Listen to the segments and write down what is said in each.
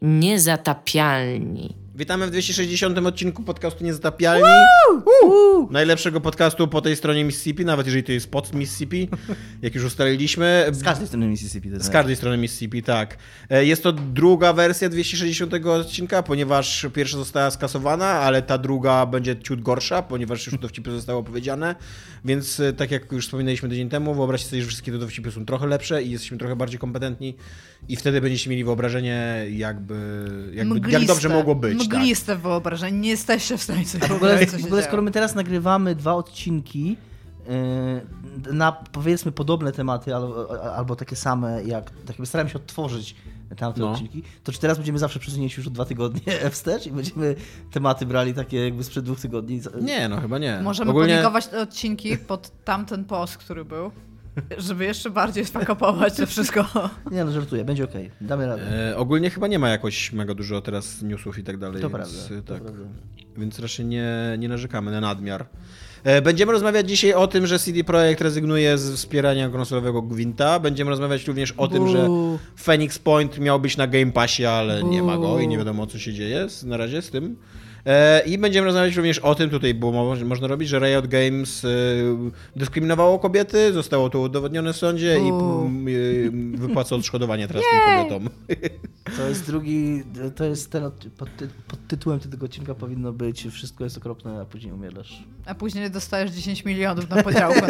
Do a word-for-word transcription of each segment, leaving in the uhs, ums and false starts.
Niezatapialni. Witamy w dwieście sześćdziesiątym odcinku podcastu Niezatapialni. Woo! Woo! Najlepszego podcastu po tej stronie Mississippi, nawet jeżeli to jest pod Mississippi, jak już ustaliliśmy. Z każdej strony Mississippi. Z każdej strony Mississippi, tak. Jest to druga wersja dwieście sześćdziesiątego odcinka, ponieważ pierwsza została skasowana, ale ta druga będzie ciut gorsza, ponieważ już dowcipy zostały opowiedziane. Więc tak jak już wspominaliśmy tydzień temu, wyobraźcie sobie, że wszystkie te dowcipy są trochę lepsze i jesteśmy trochę bardziej kompetentni i wtedy będziecie mieli wyobrażenie, jakby, jakby jak dobrze mogło być. Mgliste tak. Wyobrażenie, nie jesteście w stanie sobie w ogóle, w ogóle skoro my teraz nagrywamy dwa odcinki yy, na powiedzmy podobne tematy albo, albo takie same, jak tak jakby staramy się odtworzyć tamte no. odcinki, to czy teraz będziemy zawsze przesunięci już o dwa tygodnie wstecz i będziemy tematy brali takie jakby sprzed dwóch tygodni? Nie, no chyba nie. Możemy Ogólnie... polinkować te odcinki pod tamten post, który był. Żeby jeszcze bardziej spakopować to wszystko. Nie no, żartuję, będzie okej, okay. Damy radę. E, ogólnie chyba nie ma jakoś mega dużo teraz newsów i tak dalej. To więc, prawda, tak, to prawda. Więc raczej nie, nie narzekamy na nadmiar. E, będziemy rozmawiać dzisiaj o tym, że C D Projekt rezygnuje z wspierania konsolowego Gwinta. Będziemy rozmawiać również o Buu. tym, że Phoenix Point miał być na Game Passie, ale Buu. nie ma go i nie wiadomo co się dzieje na razie z tym. I będziemy rozmawiać również o tym, tutaj było można robić, że Riot Games dyskryminowało kobiety, zostało to udowodnione w sądzie Uuu. i wypłaca odszkodowanie teraz tym kobietom. To jest drugi, to jest ten, pod, ty, pod tytułem tego odcinka powinno być wszystko jest okropne, a później umierasz. A później dostajesz dziesięć milionów na podziałkę.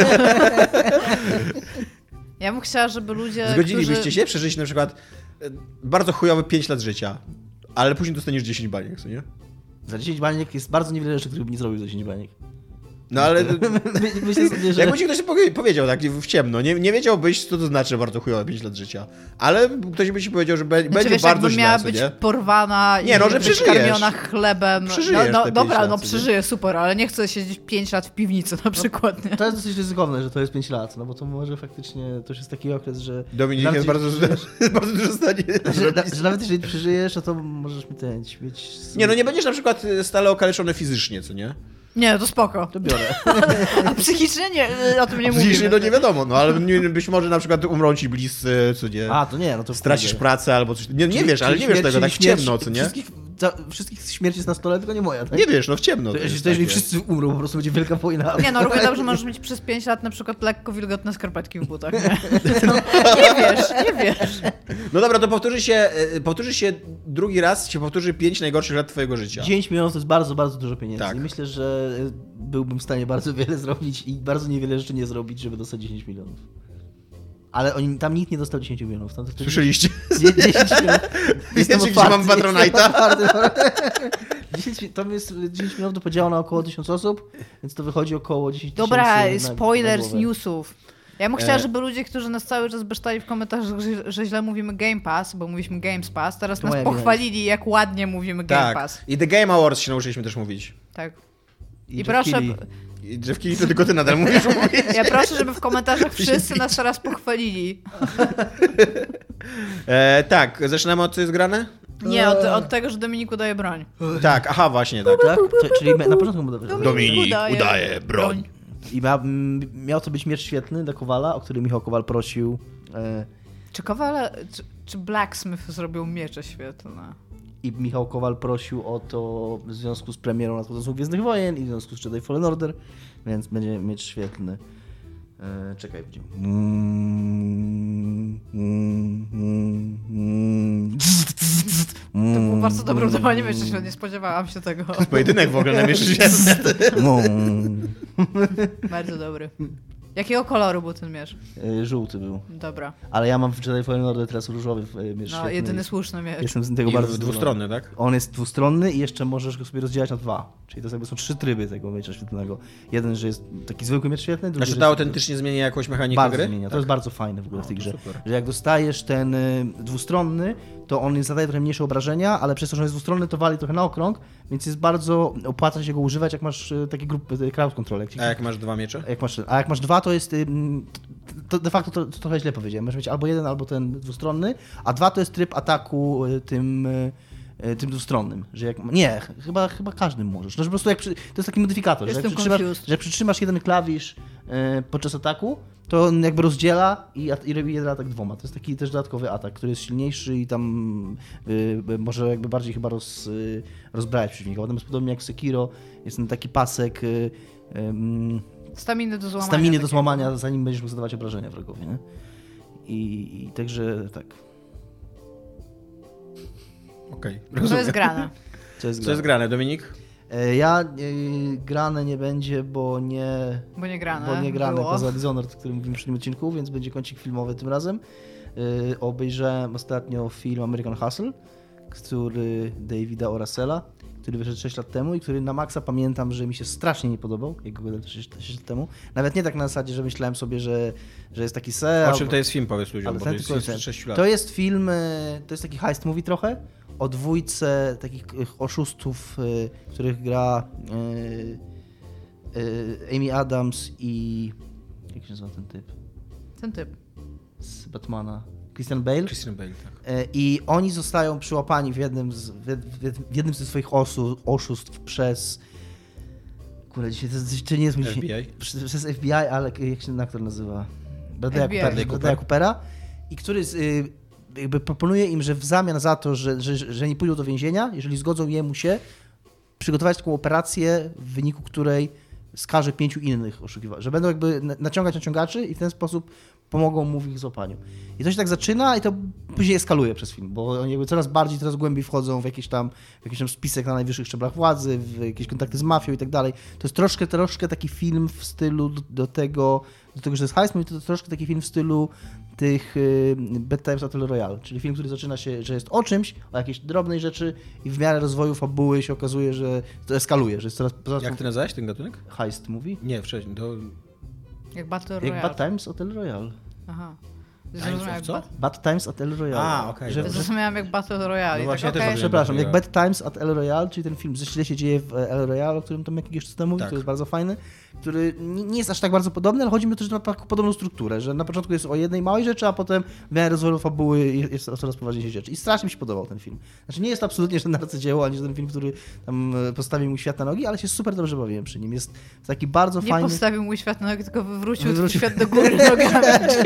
Ja bym chciała, żeby ludzie, Zgodzilibyście którzy... się przeżyć na przykład bardzo chujowe pięć lat życia, ale później dostaniesz dziesięć baniek, co nie? Za dziesięć baniek jest bardzo niewiele rzeczy, których by nie zrobił za dziesięć baniek. No ale myślę sobie, że... jakby ci ktoś powiedział tak w ciemno, nie, nie wiedziałbyś, co to znaczy bardzo chujowe pięć lat życia. Ale ktoś by ci powiedział, że be, znaczy, będzie wiesz, bardzo źle, źle, miała co, być nie? porwana nie, no, i że być karmiona chlebem. No, no dobra, lat, no przeżyję, super, ale nie chcę siedzieć pięć lat w piwnicy na przykład. Nie? To jest dosyć ryzykowne, że to jest pięć lat, no bo to może faktycznie, to już jest taki okres, że... Dominik jest bardzo, bardzo dużo stanie. Że, na, że nawet jeżeli przeżyjesz, to możesz mi ten mieć... Nie, no nie będziesz na przykład stale okaleczony fizycznie, co nie? Nie, to spoko. To biorę. A psychicznie nie, o tym nie mówimy. Psychicznie no nie wiadomo, no ale być może na przykład umrą ci bliscy, co nie? A, to nie, no to stracisz pracę albo coś. Nie, nie wiesz, ale nie wiesz tego, tak w ciemno, co nie? Wszystkich, za, wszystkich śmierć jest na stole, tylko nie moja, tak? Nie wiesz, no w ciemno. To, to, to jeżeli wszyscy umrą, po prostu będzie wielka wojna. Nie, no równie dobrze możesz mieć przez pięć lat na przykład lekko wilgotne skarpetki w butach, nie? No, nie wiesz, nie wiesz. No dobra, to powtórzy się, powtórzy się drugi raz, się powtórzy pięć najgorszych lat twojego życia. dziesięć milionów to jest bardzo, bardzo dużo pieniędzy. Tak. I myślę, że byłbym w stanie bardzo wiele zrobić i bardzo niewiele rzeczy nie zrobić, żeby dostać dziesięć milionów. Ale oni, tam nikt nie dostał dziesięć milionów. Tam to Słyszeliście? dziesięć milionów. Wiecie, gdzie mam Patronite'a? Tam jest dziesięć milionów do podziału na około tysiąc osób, więc to wychodzi około dziesięć tysięcy. Dobra, spoiler z newsów. Ja bym chciała, żeby ludzie, którzy nas cały czas besztali w komentarzach, że, że źle mówimy Game Pass, bo mówiliśmy Games Pass, teraz to nas pochwalili, jak ładnie mówimy Game tak. Pass. I The Game Awards się nauczyliśmy też mówić. Tak. I, I proszę... Kili. I Jeff Keighley to tylko ty nadal mówisz mówić. Ja proszę, żeby w komentarzach wszyscy nas teraz pochwalili. e, tak, zaczynamy od co jest grane? Nie, od, od tego, że Dominiku daje broń. Tak, aha, właśnie tak. tak? To, czyli na początku mu Dominik, Dominik udaje, udaje broń. I mia, miał to być miecz świetny dla Kowala, o który Michał Kowal prosił. E... Czy Kowal, czy, czy Blacksmith zrobił miecze świetlne? I Michał Kowal prosił o to w związku z premierą nadchodzącą Gwiezdnych Wojen i w związku z Jedi Fallen Order, więc będzie miecz świetlny. E, czekaj, będzie. To było bardzo dobre udawanie miecza świetlnego, nie spodziewałam się tego. To jest pojedynek w ogóle na miecz świetlny. Bardzo dobry. Jakiego koloru był ten miecz? E, żółty był. Dobra. Ale ja mam w Jedi Fallen Order teraz różowy miecz No, świetny. jedyny słuszny miecz. Jestem z tego I bardzo dwustronny, tak? On jest dwustronny i jeszcze możesz go sobie rozdzielać na dwa. Czyli to jakby są trzy tryby tego miecza świetlnego. Jeden, że jest taki zwykły miecz świetlny, drugi, Znaczy że to jest... autentycznie zmienia jakąś mechanikę bardzo gry? Zmienia. Tak. To jest bardzo fajne w ogóle w tej no, grze. Super. Że jak dostajesz ten y, dwustronny, to on zadaje trochę mniejsze obrażenia, ale przez to, że on jest dwustronny, to wali trochę na okrąg, więc jest bardzo, opłaca się go używać, jak masz y, takie grupy, crowd control. Jak ci... A jak masz dwa miecze? Jak masz, a jak masz dwa, to jest... Y, to de facto to, to trochę źle powiedziałem. Możesz mieć albo jeden, albo ten dwustronny, a dwa to jest tryb ataku y, tym... Y, tym dwustronnym, że jak... Nie, chyba, chyba każdym możesz. No, że po prostu jak przy... To jest taki modyfikator, że jak, przytrzymasz, że jak przytrzymasz jeden klawisz e, podczas ataku, to on jakby rozdziela i, i robi jeden atak dwoma. To jest taki też dodatkowy atak, który jest silniejszy i tam y, może jakby bardziej chyba roz, y, rozbrajać przeciwnika. Potem jest podobnie jak w Sekiro, jest ten taki pasek y, y, staminy do złamania. Staminy do złamania, zanim będziesz mógł zadawać obrażenia wrogowi. Nie? I, I także tak. Okej, okay, to jest grane. Co jest grane? Co jest grane, Dominik? Ja y, grane nie będzie, bo nie. Bo nie grane. Bo nie grane było. poza Dishonored, o którym mówimy w poprzednim odcinku, więc będzie kącik filmowy tym razem. Y, obejrzałem ostatnio film American Hustle, który Davida O. Russella, który wyszedł sześć lat temu i który na maksa pamiętam, że mi się strasznie nie podobał, jak go oglądałem sześć lat temu. Nawet nie tak na zasadzie, że myślałem sobie, że, że jest taki ser. O czym to jest film, powiedz ludziom, bo to jest film sprzed sześciu lat. To jest film, to jest taki heist movie trochę, o dwójce takich oszustów, których gra Amy Adams i... Jak się nazywa ten typ? Ten typ. Z Batmana. Christian Bale. Christian Bale, tak. I oni zostają przyłapani w jednym z, w jednym ze swoich osu, oszustw przez... Kurde, dzisiaj to, to nie jest mój... F B I? Przez F B I, ale jak się ten aktor nazywa? Bradley'a Coopera. Coopera. I który z, jakby proponuje im, że w zamian za to, że, że, że nie pójdą do więzienia, jeżeli zgodzą jemu się, przygotować taką operację, w wyniku której skaże pięciu innych oszukiwaczy. Że będą jakby naciągać naciągaczy i w ten sposób pomogą mu w ich złapaniu. I to się tak zaczyna i to później eskaluje przez film, bo oni jakby coraz bardziej, coraz głębiej wchodzą w jakiś tam, w jakiś tam spisek na najwyższych szczeblach władzy, w jakieś kontakty z mafią i tak dalej. To jest troszkę, troszkę taki film w stylu do, do tego, do tego, że to jest heist, to jest troszkę taki film w stylu tych y, Bad Times at El Royale, czyli film, który zaczyna się, że jest o czymś, o jakiejś drobnej rzeczy i w miarę rozwoju fabuły się okazuje, że to eskaluje, że jest coraz... coraz Jak ty nazwałeś ten gatunek? Heist movie? Nie, wcześniej, to... Jak Battle Royale. Jak Bad Times at El Royale. Aha. Times of co? Bat... Bad Times at El Royale. A, okej. Okay. Zrozumiałem jak Battle Royale. No właśnie, tak, ja okay. też Przepraszam, jak Bad Times at El Royale, czyli ten film, źle się dzieje w El Royale, o którym tam jakiegoś czas temu mówi, Tak. który jest bardzo fajny, który nie jest aż tak bardzo podobny, ale chodzi mi o to, że ma taką podobną strukturę, że na początku jest o jednej małej rzeczy, a potem w miarę rozwoju fabuły jest o coraz poważniejszej rzeczy. I strasznie mi się podobał ten film. Znaczy nie jest to absolutnie żadne arcydzieło, ani żaden film, który tam postawił mój świat na nogi, ale się super dobrze bawiłem przy nim. Jest taki bardzo nie fajny... Nie postawił mój świat na nogi, tylko wywrócił, wywrócił. świat do góry nogami.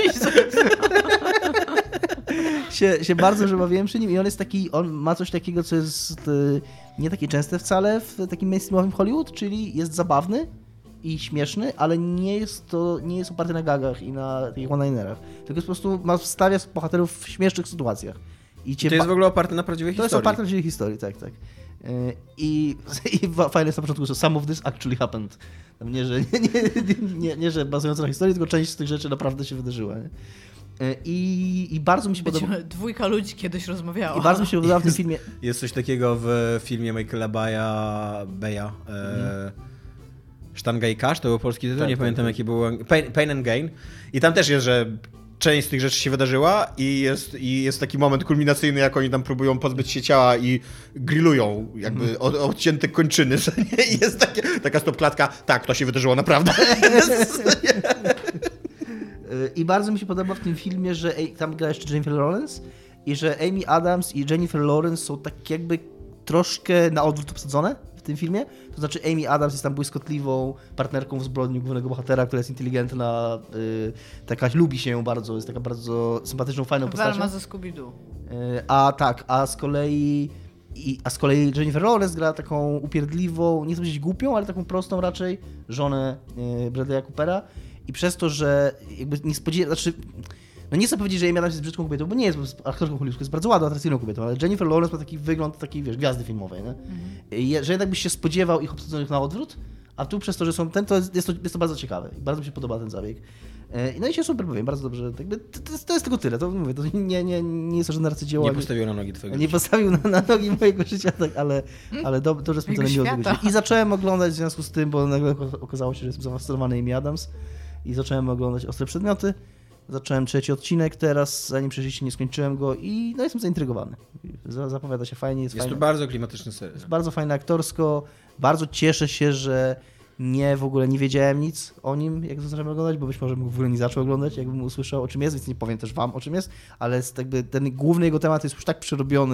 się, się bardzo dobrze bawiłem przy nim i on jest taki, on ma coś takiego, co jest y, nie takie częste wcale w takim mainstreamowym Hollywood, czyli jest zabawny i śmieszny, ale nie jest to, nie jest oparty na gagach i na takich one-linerach, tylko jest po prostu, ma stawia bohaterów w śmiesznych sytuacjach. I cię to jest ba- w ogóle oparte na prawdziwej to historii. To jest oparte na prawdziwej historii, tak, tak. I, i fajne jest na początku, że some of this actually happened. Nie, że, nie, nie, nie, nie, że bazując na historii, tylko część z tych rzeczy naprawdę się wydarzyła. Nie? I, I bardzo mi się podoba. Dwójka ludzi kiedyś rozmawiała. I bardzo mi się podoba w tym filmie. Jest coś takiego w filmie Michaela Baya, Beya. E, Sztanga i Kasz, to był polski tytuł, tak, nie tak, pamiętam tak. jaki był. Pain, Pain and Gain. I tam też jest, że część z tych rzeczy się wydarzyła i jest, i jest taki moment kulminacyjny, jak oni tam próbują pozbyć się ciała i grillują jakby mm. od, odcięte kończyny. I jest takie, taka stopklatka, tak, to się wydarzyło naprawdę. I bardzo mi się podoba w tym filmie, że tam gra jeszcze Jennifer Lawrence i że Amy Adams i Jennifer Lawrence są tak jakby troszkę na odwrót obsadzone w tym filmie. To znaczy Amy Adams jest tam błyskotliwą partnerką w zbrodni głównego bohatera, która jest inteligentna, yy, taka lubi się ją bardzo, jest taka bardzo sympatyczną, fajną postacią. Velma ze Scooby-Doo. Yy, a tak, a z kolei i, a z kolei Jennifer Lawrence gra taką upierdliwą, nie chcę powiedzieć głupią, ale taką prostą raczej żonę yy, Bradley'a Coopera. I przez to, że jakby nie spodziewa... Znaczy, no nie chcę powiedzieć, że Amy Adams jest brzydką kobietą, bo nie jest aktorką hollywoodzką, jest bardzo ładną, atrakcyjną kobietą, ale Jennifer Lawrence ma taki wygląd takiej, wiesz, gwiazdy filmowej, nie? Mhm. Że jednak byś się spodziewał ich obsadzonych na odwrót, a tu przez to, że są ten, to jest, jest, to, jest to bardzo ciekawe. Bardzo mi się podoba ten zabieg. No i się super powiem, bardzo dobrze. Jakby to, to, jest, to jest tylko tyle, to mówię, to nie, nie, nie jest to żadne arcydzieło. Nie postawił na nogi twojego Nie życia. postawił na, na nogi mojego życia, tak, ale, ale do, dobrze spędzone miło godziny. I zacząłem oglądać w związku z tym, bo nagle okazało się, że jestem zafascynowany Amy Adams. I zacząłem oglądać Ostre Przedmioty. Zacząłem trzeci odcinek teraz, zanim przejrzyście nie skończyłem go i no jestem zaintrygowany. Zapowiada się fajnie. Jest, jest fajne. to bardzo klimatyczny serial. Jest bardzo fajne aktorsko. Bardzo cieszę się, że nie w ogóle nie wiedziałem nic o nim, jak zacząłem oglądać, bo być może bym w ogóle nie zaczął oglądać, jakbym usłyszał o czym jest, więc nie powiem też wam o czym jest, ale jest jakby ten główny jego temat jest już tak przerobiony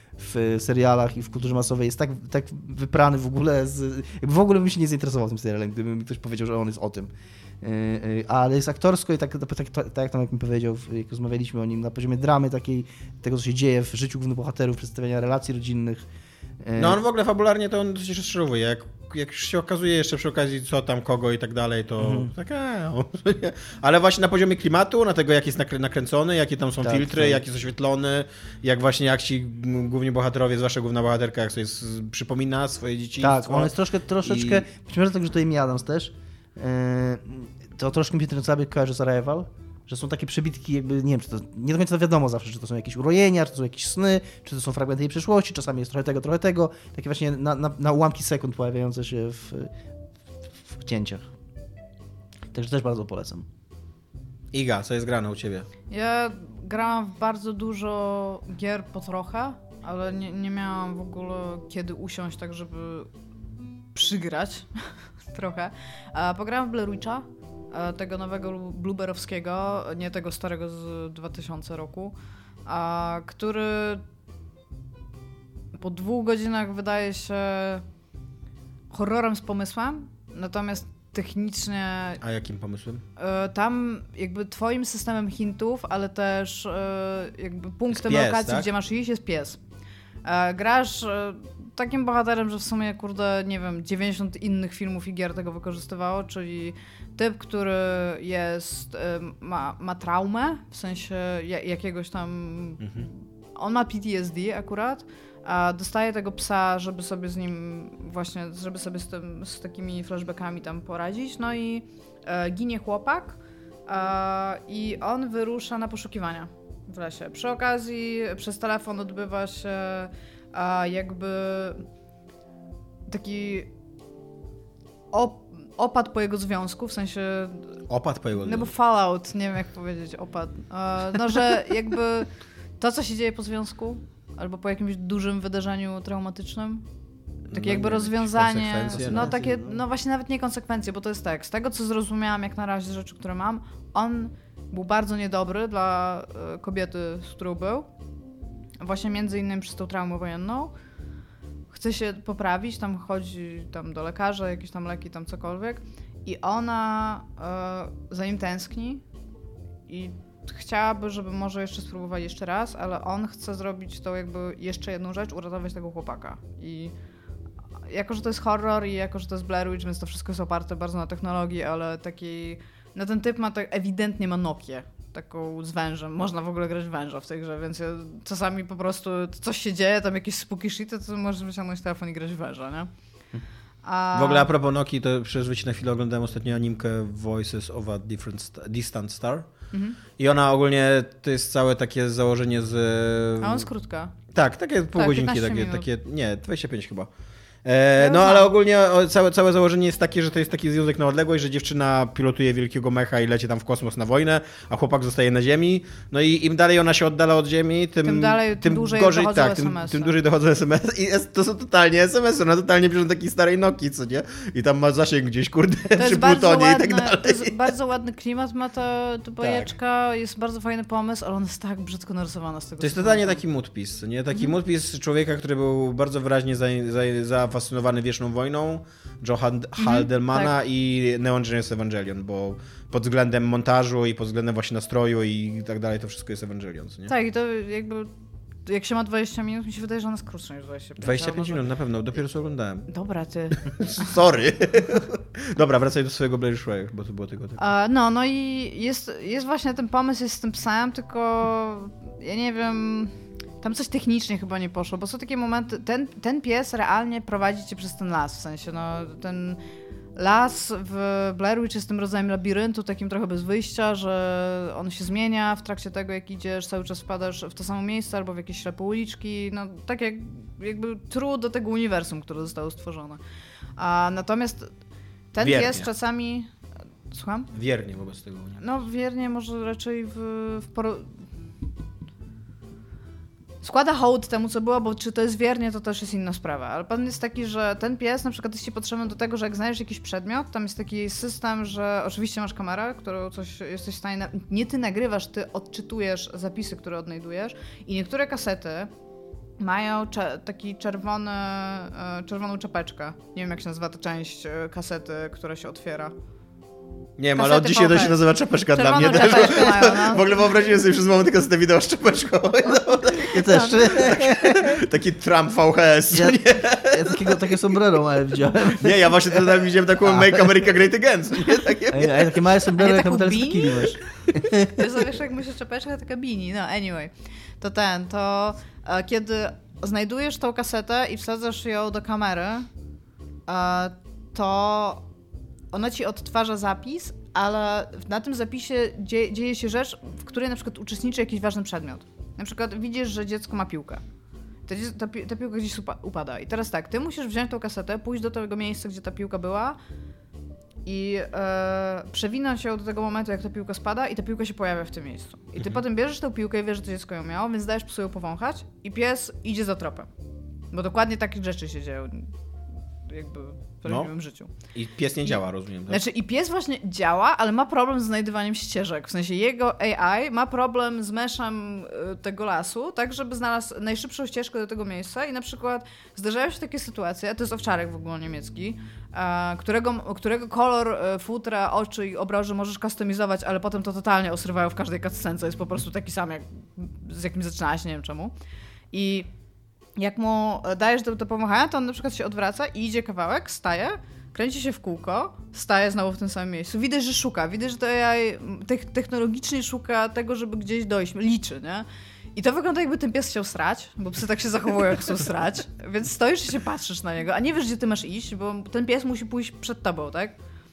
w serialach i w kulturze masowej jest tak, tak wyprany w ogóle, z, jakby w ogóle bym się nie zainteresował tym serialem, gdyby mi ktoś powiedział, że on jest o tym. Ale jest aktorsko i tak, tak, tak, tak jak tam jak mi powiedział, jak rozmawialiśmy o nim, na poziomie dramy takiej, tego co się dzieje w życiu głównych bohaterów, przedstawiania relacji rodzinnych. No on w ogóle fabularnie to on się rozczarowuje. Jak, jak już się okazuje jeszcze przy okazji co tam, kogo i tak dalej, to mhm. tak a, ale właśnie na poziomie klimatu, na tego jak jest nakrę- nakręcony, jakie tam są tak, filtry, tak. jak jest oświetlony, jak właśnie jak ci główni bohaterowie, zwłaszcza główna bohaterka, jak sobie z, przypomina swoje dzieciństwo. Tak, on jest troszkę, troszeczkę, i... być może tak, że tutaj mi Adams też, yy, to troszkę mi ten cały kojarzy z Arrival, że są takie przebitki, jakby, nie wiem, czy to, nie do końca wiadomo zawsze, czy to są jakieś urojenia, czy to są jakieś sny, czy to są fragmenty jej przeszłości, czasami jest trochę tego, trochę tego, takie właśnie na, na, na ułamki sekund pojawiające się w, w, w cięciach. Także też bardzo polecam. Iga, co jest grane u ciebie? Ja grałam w bardzo dużo gier po trochę, ale nie, nie miałam w ogóle kiedy usiąść tak, żeby przygrać trochę. A pograłam w Blair Witcha, tego nowego blueberowskiego, nie tego starego z dwa tysiące roku, a który po dwóch godzinach wydaje się horrorem z pomysłem, natomiast technicznie... A jakim pomysłem? Tam jakby twoim systemem hintów, ale też jakby punktem pies, lokacji, tak? gdzie masz iść, jest pies. Grasz takim bohaterem, że w sumie, kurde, nie wiem, dziewięćdziesiąt innych filmów i gier tego wykorzystywało, czyli typ, który jest, ma, ma traumę, w sensie jakiegoś tam... Mhm. On ma P T S D akurat, a dostaje tego psa, żeby sobie z nim właśnie, żeby sobie z, tym, z takimi flashbackami tam poradzić, no i e, ginie chłopak e, i on wyrusza na poszukiwania w lesie. Przy okazji przez telefon odbywa się a, jakby taki op- opad po jego związku, w sensie... Opad po jego związku? No bo fallout, nie wiem jak powiedzieć, opad. E, no, że jakby to, co się dzieje po związku, albo po jakimś dużym wydarzeniu traumatycznym, takie no, jakby nie, rozwiązanie, no takie, no właśnie nawet nie konsekwencje, bo to jest tak, z tego co zrozumiałam jak na razie z rzeczy, które mam, on był bardzo niedobry dla y, kobiety, z którą był, właśnie między innymi przez tą traumę wojenną, chce się poprawić, tam chodzi tam do lekarza, jakieś tam leki, tam cokolwiek i ona y, za nim tęskni i chciałaby, żeby może jeszcze spróbować jeszcze raz, ale on chce zrobić to jakby jeszcze jedną rzecz, uratować tego chłopaka. I jako, że to jest horror i jako, że to jest Blair Witch, więc to wszystko jest oparte bardzo na technologii, ale taki... No ten typ ma tak ewidentnie ma Nokię, taką z wężem. Można w ogóle grać w węża w tej grze, więc ja czasami po prostu coś się dzieje, tam jakieś spooky shit, to możesz wyciągnąć telefon i grać w węża, nie? A... W ogóle a propos Nokii, to przerzuć ci na chwilę, oglądałem ostatnio animkę Voices of a Different St- Distant Star. Mhm. I ona ogólnie, to jest całe takie założenie z... A on jest krótka. Tak, takie pół tak, godzinki, takie, takie, nie, dwadzieścia pięć chyba. E, no ale ogólnie całe, całe założenie jest takie, że to jest taki związek na odległość, że dziewczyna pilotuje wielkiego mecha i leci tam w kosmos na wojnę, a chłopak zostaje na ziemi. No i im dalej ona się oddala od ziemi, tym, tym, dalej, tym, tym dłużej gorzej, dochodzą tak, es em esy. Tym, tym dłużej dochodzą es em esy. I to są totalnie es em esy, ona totalnie bierze takiej starej Nokii, co nie? I tam ma zasięg gdzieś, kurde, to przy Plutonie i tak dalej. To jest bardzo ładny klimat, ma ta, ta bajeczka, tak. Jest bardzo fajny pomysł, ale ona jest tak brzydko narysowana z tego. To jest totalnie taki moodpiece, nie? Taki mhm. moodpiece człowieka, który był bardzo wyraźnie za, za, zafascynowany wieczną wojną, Joe Haldeman'a mm, tak. i Neon Genesis Evangelion, bo pod względem montażu i pod względem właśnie nastroju i tak dalej, to wszystko jest Evangelion, nie? Tak, i to jakby, jak się ma dwadzieścia minut, mi się wydaje, że ona jest krótsza niż dwadzieścia pięć. dwadzieścia pięć minut, na pewno, dopiero co oglądałem. Dobra, ty. Sorry. Dobra, wracaj do swojego Blair Witch, bo to było tylko tak. Uh, no, no i jest, jest właśnie ten pomysł, jest z tym psem, tylko ja nie wiem... Tam coś technicznie chyba nie poszło, bo są takie momenty, ten, ten pies realnie prowadzi cię przez ten las, w sensie no ten las w Blair Witch jest tym rodzajem labiryntu, takim trochę bez wyjścia, że on się zmienia w trakcie tego, jak idziesz, cały czas wpadasz w to samo miejsce albo w jakieś ślepe uliczki, no tak jak jakby trud do tego uniwersum, które zostało stworzone. A natomiast ten wiernie. pies czasami... Słucham? Wiernie wobec tego uniwersum. No wiernie może raczej w... w poro... Składa hołd temu, co było, bo czy to jest wiernie, to też jest inna sprawa. Ale pan jest taki, że ten pies na przykład jest ci potrzebny do tego, że jak znajdziesz jakiś przedmiot, tam jest taki system, że oczywiście masz kamerę, którą coś jesteś w stanie... Na... Nie ty nagrywasz, ty odczytujesz zapisy, które odnajdujesz i niektóre kasety mają cze- taki czerwony, e, czerwoną czapeczkę. Nie wiem, jak się nazywa ta część e, kasety, która się otwiera. Nie wiem, ale od dzisiaj to się nazywa czapeczka dla mnie. Też. Mają, no. W ogóle wyobraziłem sobie przez moment kasetę wideo z czapeczką. Ja też. Taki Trump V H S. Ja, nie? ja takiego, takie sombrero małe widziałem. Nie, ja właśnie wtedy widziałem taką Make America Great Again. Nie? Takie... A, ja, a takie małe sombrero, ja jak taką na teraz beanie? bikini masz. Wiesz, wiesz, jak myślę czapeczka, taka beanie. No, anyway. To ten, to e, kiedy znajdujesz tą kasetę i wsadzasz ją do kamery, e, to ona ci odtwarza zapis, ale na tym zapisie dzie- dzieje się rzecz, w której na przykład uczestniczy jakiś ważny przedmiot. Na przykład widzisz, że dziecko ma piłkę. Ta, ta, pi- ta piłka gdzieś upa- upada. I teraz tak, ty musisz wziąć tą kasetę, pójść do tego miejsca, gdzie ta piłka była i e, przewinąć ją do tego momentu, jak ta piłka spada i ta piłka się pojawia w tym miejscu. I ty Mhm. potem bierzesz tę piłkę i wiesz, że to dziecko ją miało, więc dajesz psu ją powąchać i pies idzie za tropem. Bo dokładnie takie rzeczy się dzieją jakby w prawdziwym No. życiu. I pies nie działa, rozumiem. Tak? Znaczy i pies właśnie działa, ale ma problem z znajdywaniem ścieżek. W sensie jego A I ma problem z meszem y, tego lasu, tak żeby znalazł najszybszą ścieżkę do tego miejsca i na przykład zdarzają się takie sytuacje, to jest owczarek w ogóle niemiecki, e, którego, którego kolor e, futra, oczy i obroży możesz kustomizować, ale potem to totalnie osrywają w każdej cutscence, jest po prostu taki sam, jak z jakim zaczynałeś, nie wiem czemu. I jak mu dajesz do, do pomachania, to on na przykład się odwraca i idzie kawałek, staje, kręci się w kółko, staje znowu w tym samym miejscu. Widać, że szuka, widać, że to A I technologicznie szuka tego, żeby gdzieś dojść, liczy, nie? I to wygląda, jakby ten pies chciał srać, bo psy tak się zachowują, jak chcą srać, więc stoisz i się patrzysz na niego, a nie wiesz, gdzie ty masz iść, bo ten pies musi pójść przed tobą, tak?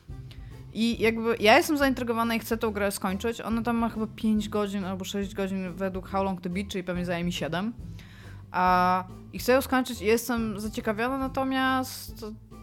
I jakby ja jestem zaintrygowana i chcę tą grę skończyć. Ona tam ma chyba pięć godzin albo sześć godzin według How Long to Beat, czyli pewnie zajmie mi siedem. A, I chcę ją skończyć i jestem zaciekawiona, natomiast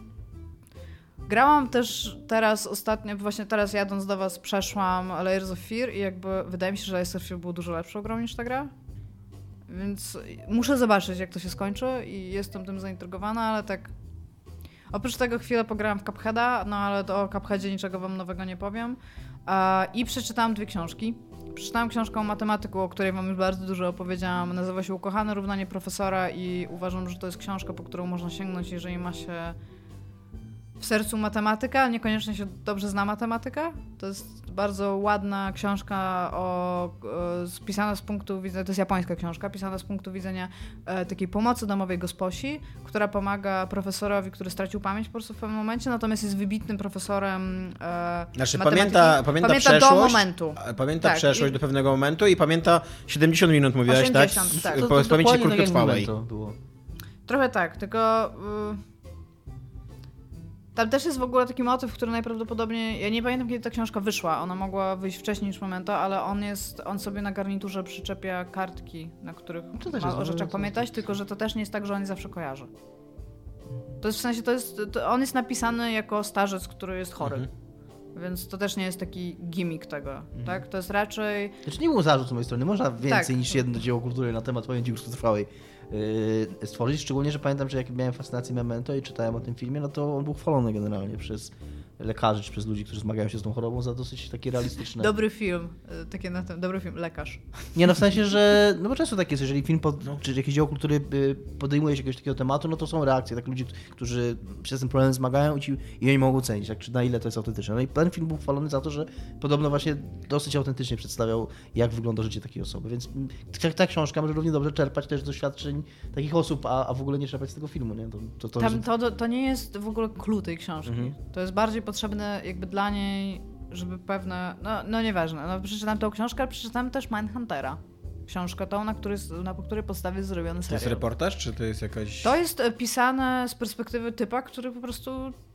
grałam też teraz ostatnio, właśnie teraz jadąc do was przeszłam Layers of Fear i jakby wydaje mi się, że Layers of Fear był dużo lepszą grą niż ta gra. Więc muszę zobaczyć, jak to się skończy i jestem tym zaintrygowana, ale tak oprócz tego chwilę pograłam w Cupheada, no ale to o Cupheadzie niczego wam nowego nie powiem. A, I przeczytałam dwie książki. Przeczytałam książkę o matematyku, o której wam już bardzo dużo opowiedziałam. Nazywa się Ukochane równanie profesora i uważam, że to jest książka, po którą można sięgnąć, jeżeli ma się w sercu matematyka, ale niekoniecznie się dobrze zna matematyka. To jest bardzo ładna książka o, o, spisana z punktu widzenia, to jest japońska książka, pisana z punktu widzenia e, takiej pomocy domowej gosposi, która pomaga profesorowi, który stracił pamięć po prostu w pewnym momencie, natomiast jest wybitnym profesorem e, Znaczy matematyki. pamięta, pamięta, pamięta przeszłość, do momentu. Pamięta Tak, przeszłość i- do pewnego momentu i pamięta siedemdziesiąt minut, mówiłaś, osiemdziesiąt, tak? Z, tak. z, To- po- to z pamięci dokładnie tak jak krótkotrwałej. Memento było. Trochę tak, tylko y, tam też jest w ogóle taki motyw, który najprawdopodobniej, ja nie pamiętam, kiedy ta książka wyszła, ona mogła wyjść wcześniej niż Memento, ale on jest, on sobie na garniturze przyczepia kartki, na których to też ma jest o rzeczach dobre, to- pamiętać, tylko że to też nie jest tak, że on je zawsze kojarzy. To jest w sensie, to jest, to on jest napisany jako starzec, który jest chory. Mhm. Więc to też nie jest taki gimmick tego, tak? To jest raczej... Znaczy nie był zarzut z mojej strony, można więcej Tak. niż jedno dzieło kultury na temat pamięci krótkotrwałej yy, stworzyć, szczególnie, że pamiętam, że jak miałem fascynację Memento i czytałem o tym filmie, no to on był chwalony generalnie przez lekarzy, czy przez ludzi, którzy zmagają się z tą chorobą za dosyć takie realistyczne. Dobry film, y, takie na ten, dobry film, Lekarz. Nie, no w sensie, że no bo często tak jest, jeżeli film, pod, no, czy jakieś dzieło kultury y, podejmuje się jakiegoś takiego tematu, no to są reakcje, tak ludzi, którzy się z tym problemem zmagają i, ci, i oni mogą ocenić, tak, czy na ile to jest autentyczne. No i ten film był chwalony za to, że podobno właśnie dosyć autentycznie przedstawiał, jak wygląda życie takiej osoby, więc mm, ta, ta książka może równie dobrze czerpać też z doświadczeń takich osób, a, a w ogóle nie czerpać z tego filmu, nie? To, to, to, Tam, że- to, to nie jest w ogóle clue tej książki. Mhm. To jest bardziej potrzebne jakby dla niej, żeby pewne... No, no nieważne. No, przeczytam tą książkę, ale przeczytam też Mindhuntera. Książkę tą, na, który, na której podstawie jest zrobiony To jest serial. reportaż, czy to jest jakaś... To jest e, pisane z perspektywy typa, który po prostu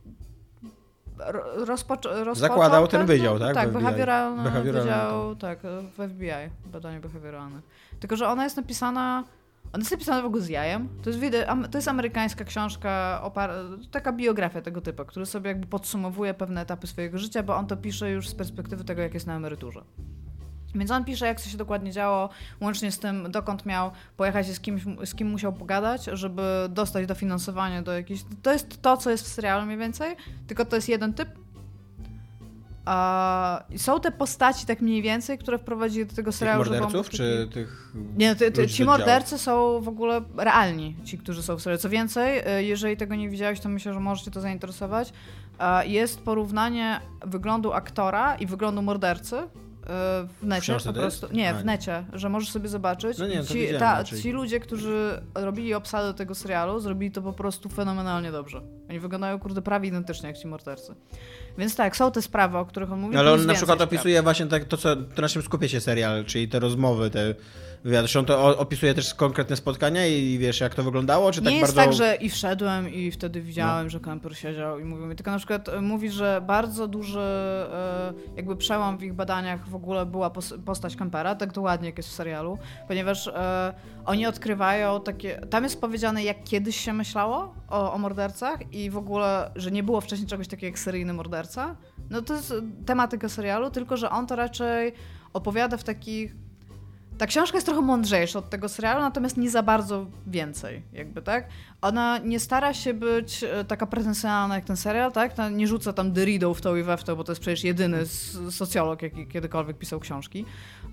ro- rozpoc- rozpoczął... Zakładał ten wydział, tak? Tak, W F B I. behawioralny, Behawioralny, wydział, tak, w F B I, badanie behawioralne. Tylko, że ona jest napisana... Ona jest napisana w ogóle z jajem. To jest, widać, am- to jest amerykańska książka, opar- taka biografia tego typu, który sobie jakby podsumowuje pewne etapy swojego życia, bo on to pisze już z perspektywy tego, jak jest na emeryturze. Więc on pisze, jak co się dokładnie działo, łącznie z tym, dokąd miał pojechać i z kim, z kim musiał pogadać, żeby dostać dofinansowanie do jakiejś... To jest to, co jest w serialu mniej więcej, tylko to jest jeden typ. Uh, są te postaci tak mniej więcej, które wprowadzili do tego serialu. Tych morderców, taki... czy tych Nie, ty, ty, ci mordercy są w ogóle realni, ci, którzy są w serialu. Co więcej, jeżeli tego nie widziałeś, to myślę, że możecie to zainteresować. Uh, jest porównanie wyglądu aktora i wyglądu mordercy. W necie w po prostu. Nie, w necie, że możesz sobie zobaczyć. No nie, ci, ta, ci ludzie, którzy robili obsadę tego serialu, zrobili to po prostu fenomenalnie dobrze. Oni wyglądają, kurde, prawie identycznie jak ci mordercy. Więc tak, są te sprawy, o których on mówi. Ale on na przykład opisuje spraw. właśnie tak, to, co, to na czym skupia się serial, czyli te rozmowy, te wywiady. Czy on to opisuje też konkretne spotkania i wiesz, jak to wyglądało? Czy nie tak jest bardzo... tak, że i wszedłem i wtedy widziałem, no. że Kemper siedział i mówił mi. Tylko na przykład mówi, że bardzo duży jakby przełom w ich badaniach w ogóle była postać Kempera, tak to ładnie jak jest w serialu, ponieważ e, oni odkrywają takie... Tam jest powiedziane, jak kiedyś się myślało o, o mordercach i w ogóle, że nie było wcześniej czegoś takiego jak seryjny morderca. No to jest tematyka serialu, tylko że on to raczej opowiada w takich... Ta książka jest trochę mądrzejsza od tego serialu, natomiast nie za bardzo więcej, jakby, tak? Ona nie stara się być taka pretensjonalna jak ten serial, tak? Nie rzuca tam dyridą w to i we w to, bo to jest przecież jedyny socjolog, jaki kiedykolwiek pisał książki.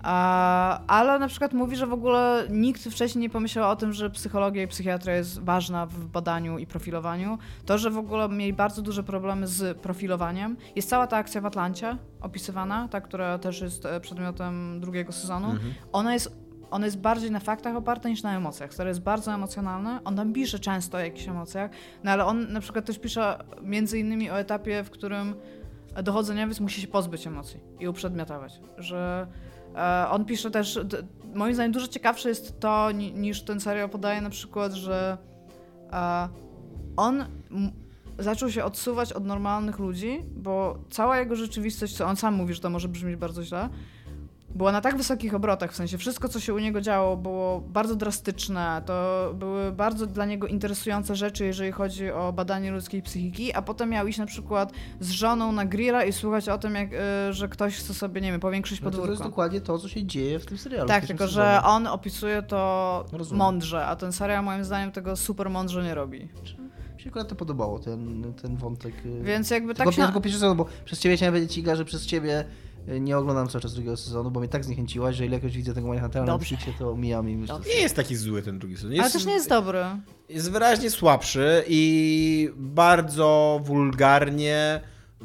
Ale na przykład mówi, że w ogóle nikt wcześniej nie pomyślał o tym, że psychologia i psychiatria jest ważna w badaniu i profilowaniu. To, że w ogóle mieli bardzo duże problemy z profilowaniem. Jest cała ta akcja w Atlancie opisywana, ta, która też jest przedmiotem drugiego sezonu. Mhm. Ona jest Ona jest bardziej na faktach oparta niż na emocjach. Stary jest bardzo emocjonalny. On tam pisze często o jakichś emocjach, no ale on na przykład też pisze między innymi o etapie, w którym dochodzeniowiec musi się pozbyć emocji i uprzedmiotować. Że e, on pisze też, d, moim zdaniem dużo ciekawsze jest to, ni, niż ten serial podaje na przykład, że e, on m, zaczął się odsuwać od normalnych ludzi, bo cała jego rzeczywistość, co on sam mówi, że to może brzmieć bardzo źle, była na tak wysokich obrotach, w sensie wszystko, co się u niego działo, było bardzo drastyczne, to były bardzo dla niego interesujące rzeczy, jeżeli chodzi o badanie ludzkiej psychiki, a potem miał iść na przykład z żoną na grilla i słuchać o tym, jak, y, że ktoś chce sobie, nie wiem, powiększyć podwórko. No to jest dokładnie to, co się dzieje w tym serialu. Tak, tylko sezonie. że on opisuje to Rozumiem. mądrze, a ten serial moim zdaniem tego super mądrze nie robi. Mi się akurat to podobało, ten, ten wątek. Więc jakby tylko, tak się... Tylko pierwszy sezon, bo przez ciebie chciałem powiedzieć, Iga, że przez ciebie nie oglądam cały czas drugiego sezonu, bo mnie tak zniechęciłaś, że ile jakoś widzę tego Mindhuntera na Netflixie, to omijam i myślę. Nie jest taki zły ten drugi sezon. Jest, ale też nie jest dobry. Jest wyraźnie słabszy i bardzo wulgarnie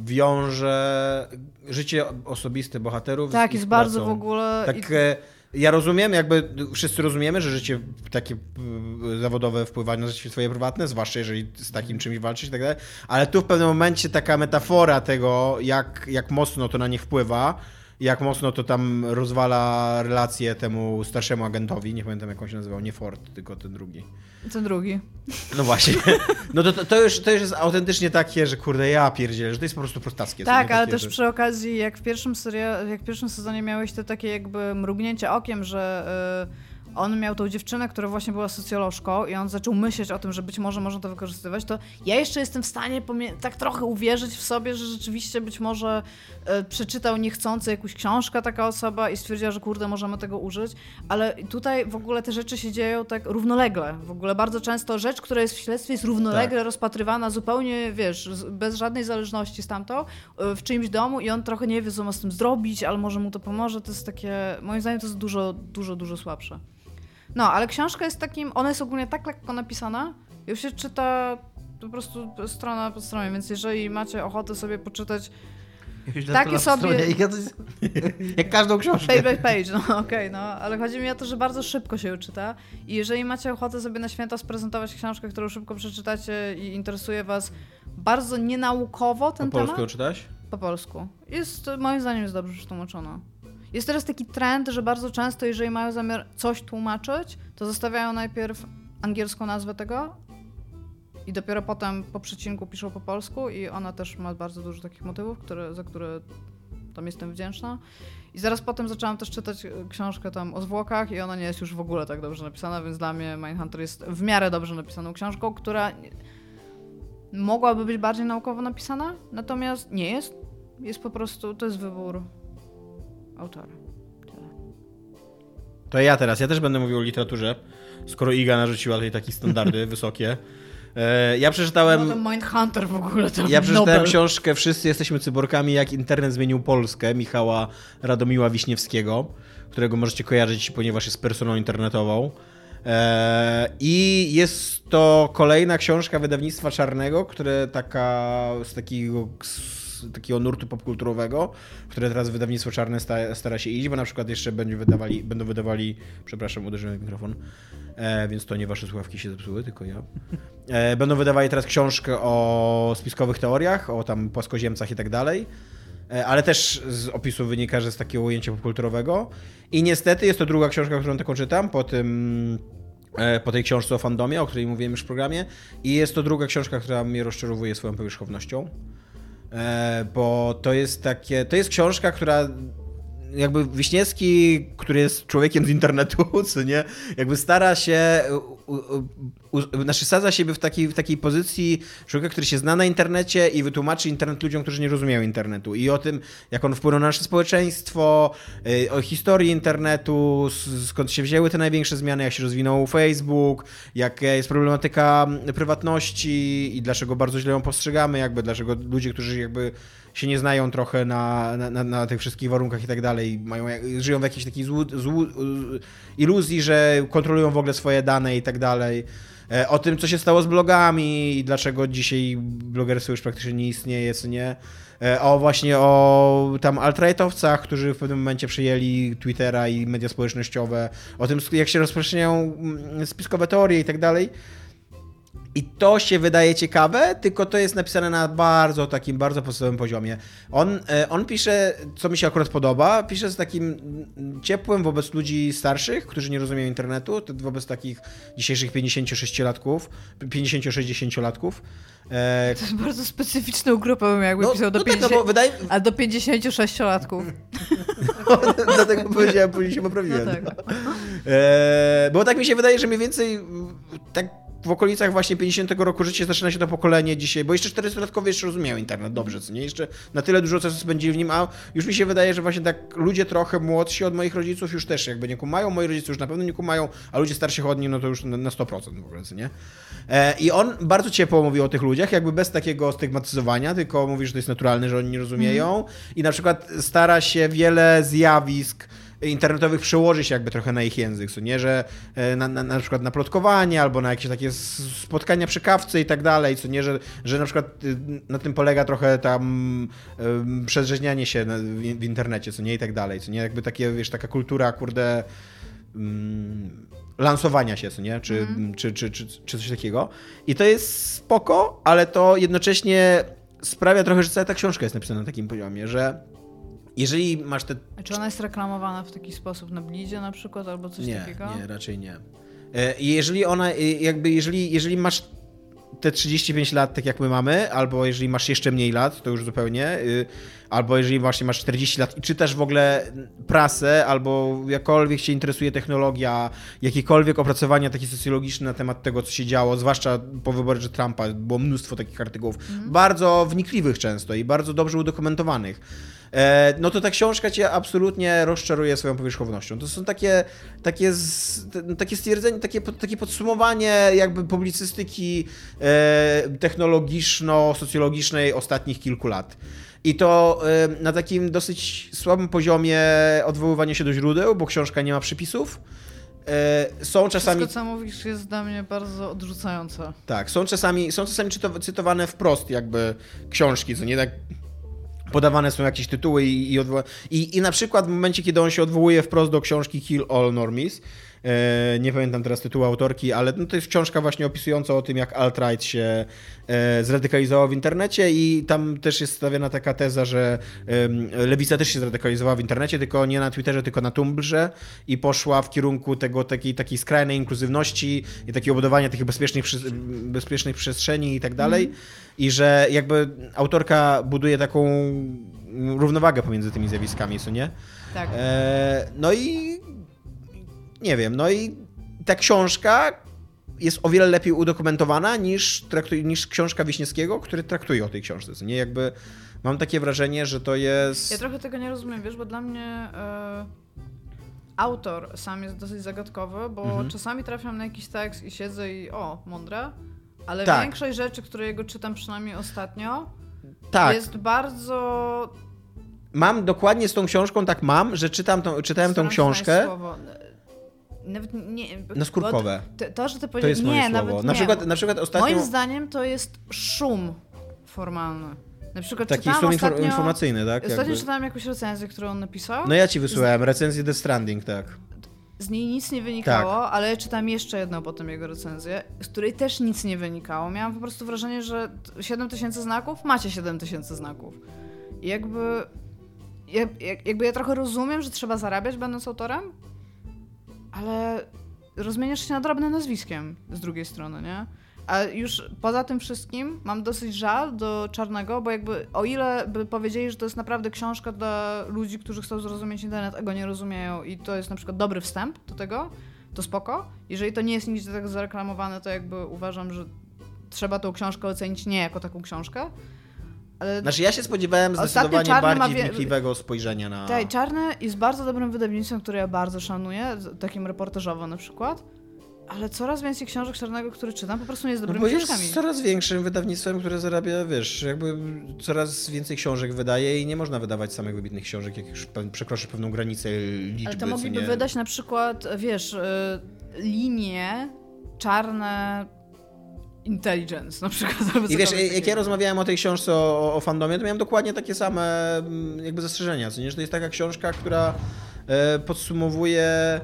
wiąże życie osobiste bohaterów. Tak, z jest ich bardzo pracą. w ogóle... Tak, ja rozumiem, jakby wszyscy rozumiemy, że życie takie zawodowe wpływa na życie twoje prywatne, zwłaszcza jeżeli z takim czymś walczysz i tak dalej, ale tu w pewnym momencie taka metafora tego, jak, jak mocno to na nich wpływa, jak mocno to tam rozwala relacje temu starszemu agentowi, nie pamiętam jak on się nazywał, nie Ford, tylko ten drugi. Ten drugi. No właśnie. No to, to, już, to już jest autentycznie takie, że kurde, ja pierdzielę, że to jest po prostu prostackie. Tak, ale takie, też że... przy okazji, jak w pierwszym serialu, jak w pierwszym sezonie miałeś te takie jakby mrugnięcie okiem, że yy, on miał tą dziewczynę, która właśnie była socjolożką i on zaczął myśleć o tym, że być może można to wykorzystywać, to ja jeszcze jestem w stanie tak trochę uwierzyć w sobie, że rzeczywiście być może yy, przeczytał niechcący jakąś książkę taka osoba i stwierdziła, że kurde, możemy tego użyć, ale tutaj w ogóle te rzeczy się dzieją tak równolegle. W ogóle bardzo często rzecz, która jest w śledztwie, jest równolegle tak. rozpatrywana zupełnie, wiesz, bez żadnej zależności z tamtą, yy, w czyimś domu i on trochę nie wie, co ma z tym zrobić, ale może mu to pomoże. To jest takie, moim zdaniem to jest dużo, dużo, dużo słabsze. No, ale książka jest takim, ona jest ogólnie tak lekko napisana, już się czyta po prostu strona po stronie, więc jeżeli macie ochotę sobie poczytać takie sobie... Ja to jest... Jak każdą książkę. Page by page, no okej, okay, no, ale chodzi mi o to, że bardzo szybko się czyta i jeżeli macie ochotę sobie na święta sprezentować książkę, którą szybko przeczytacie i interesuje was bardzo nienaukowo ten temat... Po polsku temat... czytałeś? Po polsku. Jest, moim zdaniem jest dobrze przetłumaczona. Jest teraz taki trend, że bardzo często, jeżeli mają zamiar coś tłumaczyć, to zostawiają najpierw angielską nazwę tego i dopiero potem po przecinku piszą po polsku i ona też ma bardzo dużo takich motywów, które, za które tam jestem wdzięczna. I zaraz potem zaczęłam też czytać książkę tam o zwłokach i ona nie jest już w ogóle tak dobrze napisana, więc dla mnie Mindhunter jest w miarę dobrze napisaną książką, która mogłaby być bardziej naukowo napisana, natomiast nie jest. Jest po prostu, to jest wybór autora. Tyle. To ja teraz, ja też będę mówił o literaturze, skoro Iga narzuciła tutaj takie standardy wysokie. E, ja przeczytałem... No to Mindhunter w ogóle to Ja przeczytałem Nobel. książkę Wszyscy jesteśmy cyborgami, jak internet zmienił Polskę, Michała Radomiła Wiśniewskiego, którego możecie kojarzyć, ponieważ jest personą internetową. E, I jest to kolejna książka wydawnictwa Czarnego, które taka z takiego... Z takiego nurtu popkulturowego, w które teraz wydawnictwo Czarne sta, stara się iść, bo na przykład jeszcze będą wydawali, będą wydawali przepraszam, uderzyłem w mikrofon, e, więc to nie wasze słuchawki się zepsuły, tylko ja. E, będą wydawali teraz książkę o spiskowych teoriach, o tam płaskoziemcach i tak dalej, e, ale też z opisu wynika, że z takiego ujęcia popkulturowego. I niestety jest to druga książka, którą taką czytam, po tym po tej książce o fandomie, o której mówiłem już w programie, i jest to druga książka, która mnie rozczarowuje swoją powierzchownością. Bo to jest takie, to jest książka, która jakby Wiśniewski, który jest człowiekiem z internetu, co nie, jakby stara się, u, u, u, znaczy sadza siebie w takiej, w takiej pozycji człowieka, który się zna na internecie i wytłumaczy internet ludziom, którzy nie rozumieją internetu i o tym, jak on wpłynął na nasze społeczeństwo, o historii internetu, skąd się wzięły te największe zmiany, jak się rozwinął Facebook, jaka jest problematyka prywatności i dlaczego bardzo źle ją postrzegamy, jakby dlaczego ludzie, którzy jakby się nie znają trochę na, na, na tych wszystkich warunkach i tak dalej, mają, żyją w jakiejś takiej złu, złu, iluzji, że kontrolują w ogóle swoje dane i tak dalej. O tym, co się stało z blogami i dlaczego dzisiaj blogerstwo już praktycznie nie istnieje, co nie. O właśnie o tam alt-rightowcach, którzy w pewnym momencie przyjęli Twittera i media społecznościowe, o tym, jak się rozprzestrzeniają spiskowe teorie i tak dalej. I to się wydaje ciekawe, tylko to jest napisane na bardzo takim, bardzo podstawowym poziomie. On, on pisze, co mi się akurat podoba, pisze z takim ciepłem wobec ludzi starszych, którzy nie rozumieją internetu, wobec takich dzisiejszych pięćdziesięciosześciolatków, pięćdziesięcio-sześćdziesięciolatków. To jest bardzo specyficzną grupę, jakby no, pisał do no pięćdziesięciu, tak, no bo wydaje... a do pięćdziesięciosześciolatków. Dlatego powiedziałem, później się poprawiłem. No tak. e, bo tak mi się wydaje, że mniej więcej tak w okolicach właśnie pięćdziesiątego roku życia zaczyna się to pokolenie dzisiaj, bo jeszcze czterdziestolatkowie jeszcze rozumieją internet dobrze, co nie? Jeszcze na tyle dużo czasu spędzili w nim, a już mi się wydaje, że właśnie tak ludzie trochę młodsi od moich rodziców już też jakby nie kumają, moi rodzice już na pewno nie kumają, a ludzie starsi od nich no to już na sto procent w ogóle, co nie? E, I on bardzo ciepło mówi o tych ludziach, jakby bez takiego stygmatyzowania, tylko mówi, że to jest naturalne, że oni nie rozumieją mm. i na przykład stara się wiele zjawisk internetowych przełożyć jakby trochę na ich język, co nie, że na, na, na przykład na plotkowanie albo na jakieś takie spotkania przy kawce i tak dalej, co nie, że, że na przykład na tym polega trochę tam um, przedrzeźnianie się na, w, w internecie, co nie, i tak dalej, co nie, jakby takie, wiesz, taka kultura, kurde, um, lansowania się, co nie, czy, mm. czy, czy, czy, czy coś takiego. I to jest spoko, ale to jednocześnie sprawia trochę, że cała ta książka jest napisana na takim poziomie, że jeżeli masz te... A czy ona jest reklamowana w taki sposób na Blidzie na przykład, albo coś nie, takiego? Nie, raczej nie. Jeżeli ona, jakby, jeżeli, jeżeli masz te trzydzieści pięć lat, tak jak my mamy, albo jeżeli masz jeszcze mniej lat, to już zupełnie, albo jeżeli właśnie masz czterdzieści lat i czytasz w ogóle prasę, albo jakkolwiek cię interesuje technologia, jakiekolwiek opracowania takie socjologiczne na temat tego, co się działo, zwłaszcza po wyborze Trumpa, było mnóstwo takich artykułów, mm. bardzo wnikliwych często i bardzo dobrze udokumentowanych. No to ta książka cię absolutnie rozczaruje swoją powierzchownością. To są takie, takie, takie stwierdzenie, takie, takie podsumowanie jakby publicystyki technologiczno-socjologicznej ostatnich kilku lat. I to na takim dosyć słabym poziomie odwoływania się do źródeł, bo książka nie ma przypisów. Są czasami... Wszystko, co mówisz, jest dla mnie bardzo odrzucające. Tak, są czasami, są czasami cytowane wprost jakby książki, co nie tak... Podawane są jakieś tytuły i, i, odwoła- I, i na przykład w momencie, kiedy on się odwołuje wprost do książki Kill All Normies, e, nie pamiętam teraz tytułu autorki, ale no to jest książka właśnie opisująca o tym, jak alt-right się e, zradykalizował w internecie i tam też jest stawiana taka teza, że e, lewica też się zradykalizowała w internecie, tylko nie na Twitterze, tylko na Tumblrze i poszła w kierunku tego takiej, takiej skrajnej inkluzywności i takiego budowania tych bezpiecznych, bezpiecznych przestrzeni i tak dalej. Mm. I że jakby autorka buduje taką równowagę pomiędzy tymi zjawiskami, co nie? Tak. E, no i nie wiem, no i ta książka jest o wiele lepiej udokumentowana niż, traktuje, niż książka Wiśniewskiego, który traktuje o tej książce, co nie? Jakby mam takie wrażenie, że to jest... Ja trochę tego nie rozumiem, wiesz, bo dla mnie e, autor sam jest dosyć zagadkowy, bo mhm. czasami trafiam na jakiś tekst i siedzę i o, mądre, Ale tak. większość rzeczy, które jego czytam przynajmniej ostatnio, tak. jest bardzo... Mam dokładnie z tą książką, tak mam, że czytam tą, czytałem tą książkę. Słowo. Nawet nie... No skórkowe. To, to, że ty powiedziałeś... To jest moje nie, słowo. nawet Na nie. przykład, na przykład ostatnio... Moim zdaniem to jest szum formalny. Na przykład Taki czytałam szum ostatnio... informacyjny, tak? Ostatnio Jakby. czytałam jakąś recenzję, którą on napisał. No ja ci wysłałem recenzję The Stranding, tak. Z niej nic nie wynikało, tak. ale ja czytam jeszcze jedną potem jego recenzję, z której też nic nie wynikało. Miałam po prostu wrażenie, że siedem tysięcy znaków, macie siedem tysięcy znaków. I jakby... Jakby ja trochę rozumiem, że trzeba zarabiać będąc autorem, ale rozmieniasz się na drobnym nazwiskiem z drugiej strony, nie? A już poza tym wszystkim mam dosyć żal do Czarnego, bo jakby o ile by powiedzieli, że to jest naprawdę książka dla ludzi, którzy chcą zrozumieć internet, a go nie rozumieją i to jest na przykład dobry wstęp do tego, to spoko. Jeżeli to nie jest nic tak zareklamowane, to jakby uważam, że trzeba tą książkę ocenić nie jako taką książkę. Ale znaczy ja się spodziewałem zdecydowanie bardziej wie... wnikliwego spojrzenia na... Tak, Czarny jest bardzo dobrym wydawnictwem, które ja bardzo szanuję, takim reportażowym na przykład, ale coraz więcej książek Czarnego, które czytam, po prostu nie jest dobrymi no bo książkami. jest coraz większym wydawnictwem, które zarabia, wiesz, jakby coraz więcej książek wydaje i nie można wydawać samych wybitnych książek, jak już przekroczy pewną granicę liczby. Ale to mogliby nie... wydać na przykład, wiesz, linie czarne Intelligence na przykład. I wiesz, jak ja rozmawiałem o tej książce, o, o fandomie, to miałem dokładnie takie same jakby zastrzeżenia, co nie? Że to jest taka książka, która e, podsumowuje e,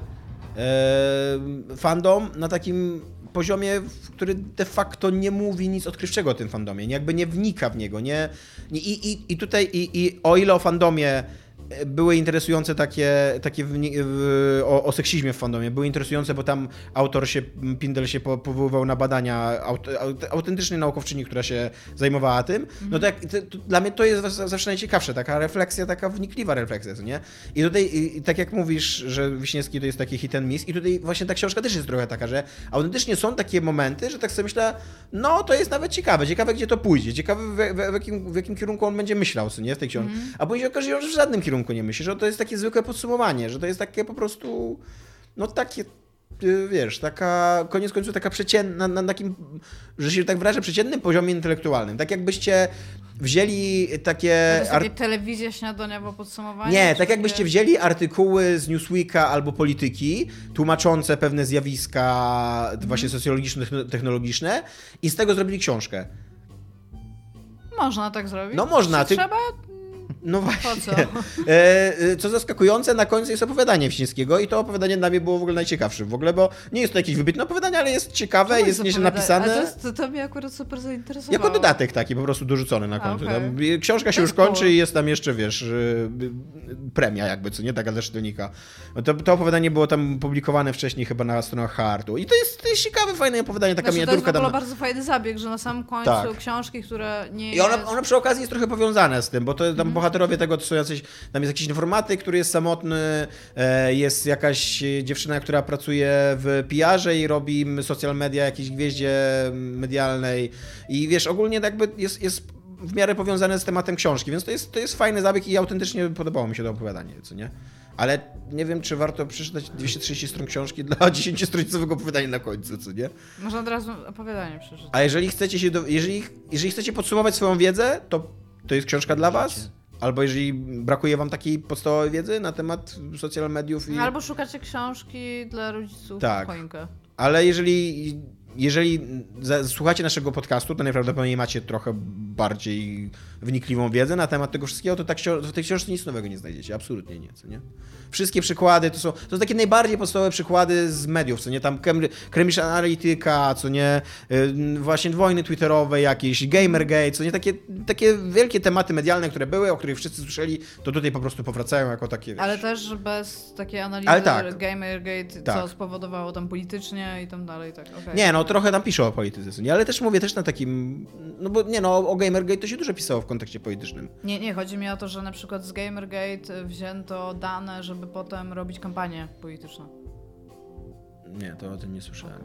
fandom na takim poziomie, który de facto nie mówi nic odkrywczego o tym fandomie, nie, jakby nie wnika w niego, nie, nie i, i, i tutaj, i, i o ile o fandomie były interesujące takie, takie w, w, o, o seksizmie w fandomie, były interesujące, bo tam autor się, Pindel się po, powoływał na badania aut, aut, autentycznej naukowczyni, która się zajmowała tym, mm. no to, jak, to, to dla mnie to jest zawsze najciekawsze, taka refleksja, taka wnikliwa refleksja, co nie? I tutaj, i, tak jak mówisz, że Wiśniewski to jest taki hit and miss i tutaj właśnie ta książka też jest trochę taka, że autentycznie są takie momenty, że tak sobie myślę, no to jest nawet ciekawe, ciekawe gdzie to pójdzie, ciekawe w, w, w, jakim, w jakim kierunku on będzie myślał, co nie, w tej książce, mm. a później okaże się, że w żadnym kierunku nie myśli, że to jest takie zwykłe podsumowanie, że to jest takie po prostu, no takie, wiesz, taka, koniec końców taka przeciętna, na, na takim, że się tak wyrażę, przeciętnym poziomie intelektualnym. Tak jakbyście wzięli takie... To jest takie telewizja śniadaniowa podsumowanie? Nie, tak takie... jakbyście wzięli artykuły z Newsweeka albo Polityki, tłumaczące pewne zjawiska mm. właśnie socjologiczne, technologiczne i z tego zrobili książkę. Można tak zrobić? No można. Czy ty... trzeba? No właśnie. Po co? E, co zaskakujące, na końcu jest opowiadanie Wiśniewskiego i to opowiadanie dla mnie było w ogóle najciekawsze w ogóle, bo nie jest to jakieś wybitne opowiadanie, ale jest ciekawe, jest, jest nieźle napisane. A to, jest, to, to mnie akurat super zainteresowało. Jako dodatek taki po prostu dorzucony na końcu. A, okay. Tam, książka się już kończy cool. I jest tam jeszcze, wiesz, premia jakby, co nie, taka dla czytelnika. To, to opowiadanie było tam publikowane wcześniej chyba na stronach Hartu. I to jest, to jest ciekawe, fajne opowiadanie, taka znaczy, miniaturka. To jest w ogóle tam... bardzo fajny zabieg, że na samym końcu tak. książki, które nie I ona, jest... ona przy okazji jest trochę powiązana z tym, bo to tam mm. bohaterowie tego to są jacyś, tam jest jakiś informatyk, który jest samotny, jest jakaś dziewczyna, która pracuje w P R ze i robi social media jakiejś gwieździe medialnej i wiesz, ogólnie jakby jest, jest w miarę powiązane z tematem książki, więc to jest, to jest fajny zabieg i autentycznie podobało mi się to opowiadanie, co nie? Ale nie wiem, czy warto przeczytać dwieście trzydzieści stron książki dla dziesięciostronicowego opowiadania na końcu, co nie? Można od razu opowiadanie przeczytać. A jeżeli chcecie się, do, jeżeli, jeżeli chcecie podsumować swoją wiedzę, to to jest książka dla was? Albo jeżeli brakuje wam takiej podstawowej wiedzy na temat social mediów i... Albo szukacie książki dla rodziców tak. choinkę. Ale jeżeli, jeżeli słuchacie naszego podcastu, to najprawdopodobniej macie trochę bardziej wnikliwą wiedzę na temat tego wszystkiego, to tak, w tej książce nic nowego nie znajdziecie. Absolutnie nie, co nie? Wszystkie przykłady to są, to są takie najbardziej podstawowe przykłady z mediów, co nie? Tam Cambridge Analytica, co nie? Właśnie wojny twitterowe jakieś, Gamergate, co nie? Takie, takie wielkie tematy medialne, które były, o których wszyscy słyszeli, to tutaj po prostu powracają jako takie, wiesz. Ale też bez takiej analizy Ale tak. Gamergate, tak. co spowodowało tam politycznie i tam dalej, tak. Okay. Nie, no trochę tam piszą o polityce, co nie? Ale też mówię też na takim, no bo nie no, o Gamergate to się dużo pisało w kontekście politycznym. Nie, nie, chodzi mi o to, że na przykład z Gamergate wzięto dane, żeby potem robić kampanię polityczną. Nie, to o tym nie słyszałem.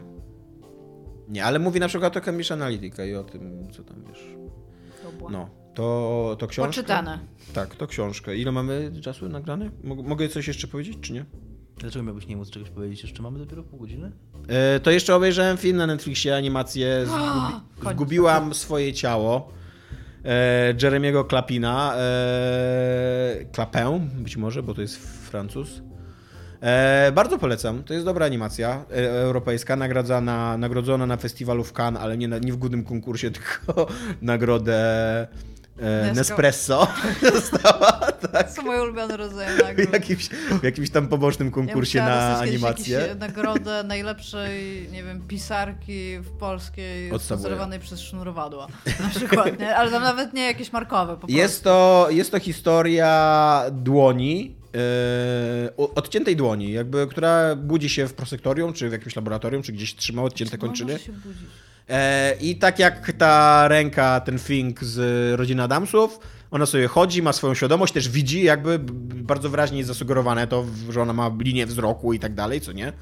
Nie, ale mówi na przykład o Cambridge Analytica i o tym, co tam wiesz. No, to, to książka. Poczytane. Tak, to książka. Ile mamy czasu nagrane? Mogę coś jeszcze powiedzieć, czy nie? Dlaczego miałbyś nie móc czegoś powiedzieć? Jeszcze mamy dopiero pół godziny? E, to jeszcze obejrzałem film na Netflixie, animację Zgubi- Zgubiłam swoje ciało. E, Jeremiego Clapina. E, Clapin, być może, bo to jest Francuz. E, bardzo polecam. To jest dobra animacja e, europejska, nagradzana, nagrodzona na festiwalu w Cannes, ale nie, na, nie w głównym konkursie, tylko nagrodę e, Nespresso dostała. Tak. To są moje ulubione rodzaje nagród. W jakimś, w jakimś tam pobocznym konkursie ja na animację. Jakąś nagrodę najlepszej, nie wiem, pisarki w polskiej sponsorowanej przez sznurowadła. Na przykład, nie? Ale tam nawet nie jakieś markowe. Po jest, to, jest to historia dłoni, Yy, odciętej dłoni, jakby, która budzi się w prosektorium, czy w jakimś laboratorium, czy gdzieś trzyma odcięte kończyny. Może się budzić. Yy, I tak jak ta ręka, ten Fink z rodziny Adamsów, ona sobie chodzi, ma swoją świadomość, też widzi, jakby bardzo wyraźnie jest zasugerowane to, że ona ma linię wzroku i tak dalej, co nie?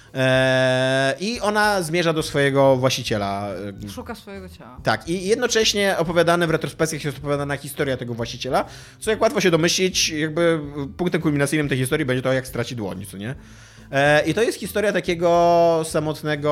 I ona zmierza do swojego właściciela. Szuka swojego ciała. Tak, i jednocześnie opowiadane w retrospekcjach jest opowiadana historia tego właściciela, co jak łatwo się domyślić, jakby punktem kulminacyjnym tej historii będzie to, jak straci dłoń, co nie? I to jest historia takiego samotnego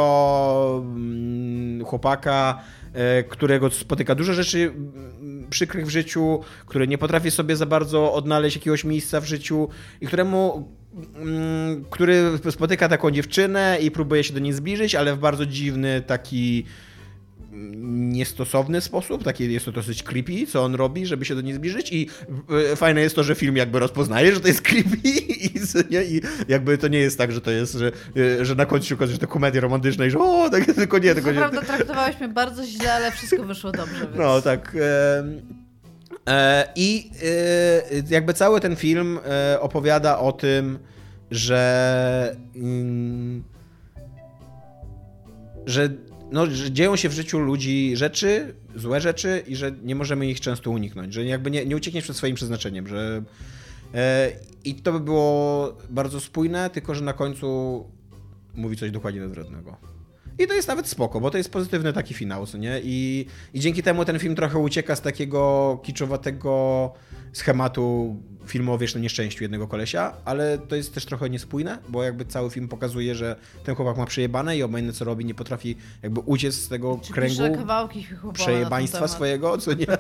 chłopaka, którego spotyka dużo rzeczy przykrych w życiu, który nie potrafi sobie za bardzo odnaleźć jakiegoś miejsca w życiu i któremu który spotyka taką dziewczynę i próbuje się do niej zbliżyć, ale w bardzo dziwny, taki niestosowny sposób. Taki jest to dosyć creepy, co on robi, żeby się do niej zbliżyć i fajne jest to, że film jakby rozpoznaje, że to jest creepy i, nie, i jakby to nie jest tak, że to jest, że, że na końcu się okazuje, że to komedia romantyczna i że o, tak, tylko nie. Tylko Naprawdę nie. traktowałeś mnie bardzo źle, ale wszystko wyszło dobrze. Więc... No tak. E, I e, jakby cały ten film e, opowiada o tym, że mm, że, no, że dzieją się w życiu ludzi rzeczy, złe rzeczy i że nie możemy ich często uniknąć, że jakby nie, nie uciekniesz przed swoim przeznaczeniem, że e, i to by było bardzo spójne, tylko że na końcu mówi coś dokładnie odwrotnego. I to jest nawet spoko, bo to jest pozytywny taki finał, co nie? I, i dzięki temu ten film trochę ucieka z takiego kiczowatego schematu filmu o wiecznym nieszczęściu jednego kolesia, ale to jest też trochę niespójne, bo jakby cały film pokazuje, że ten chłopak ma przejebane i obojętne co robi, nie potrafi jakby uciec z tego Czy kręgu kawałki przejebaństwa swojego, co nie?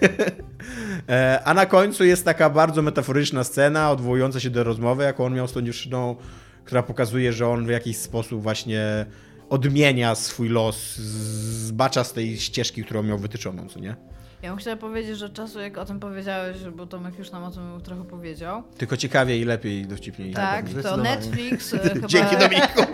A na końcu jest taka bardzo metaforyczna scena odwołująca się do rozmowy, jaką on miał z tą dziewczyną, która pokazuje, że on w jakiś sposób właśnie odmienia swój los, zbacza z tej ścieżki, którą miał wytyczoną, co nie? Ja bym chciała powiedzieć, że czasu jak o tym powiedziałeś, bo Tomek już nam o tym trochę powiedział. Tylko ciekawiej i lepiej i dowcipniej. Tak, to Netflix chyba... Dzięki Dominiku.